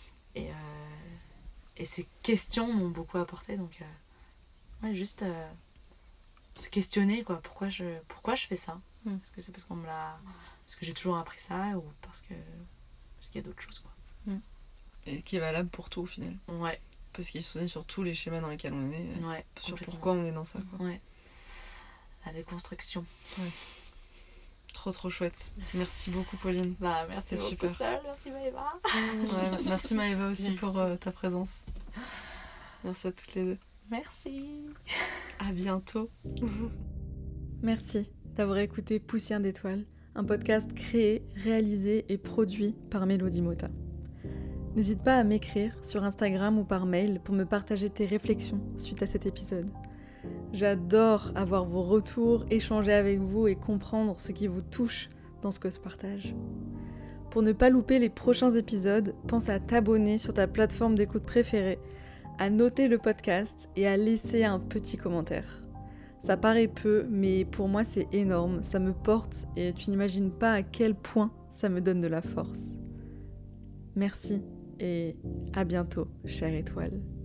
Et ces questions m'ont beaucoup apporté, donc juste se questionner quoi. Pourquoi je fais ça? Est-ce que c'est parce que j'ai toujours appris ça, ou parce qu'il y a d'autres choses quoi. Et qui est valable pour tout au final. Ouais. Parce qu'il se sur tous les schémas dans lesquels on est. Sur pourquoi on est dans ça quoi. Ouais. La déconstruction. Ouais. Trop chouette. Merci beaucoup Pauline. Merci beaucoup super. Sol, merci Maëva. Merci Maëva aussi pour ta présence. Merci à toutes les deux. Merci. À bientôt. Merci d'avoir écouté Poussière d'étoiles, un podcast créé, réalisé et produit par Mélodie Mota. N'hésite pas à m'écrire sur Instagram ou par mail pour me partager tes réflexions suite à cet épisode. J'adore avoir vos retours, échanger avec vous et comprendre ce qui vous touche dans ce que je partage. Pour ne pas louper les prochains épisodes, pense à t'abonner sur ta plateforme d'écoute préférée, à noter le podcast et à laisser un petit commentaire. Ça paraît peu, mais pour moi c'est énorme, ça me porte et tu n'imagines pas à quel point ça me donne de la force. Merci et à bientôt, chère étoile.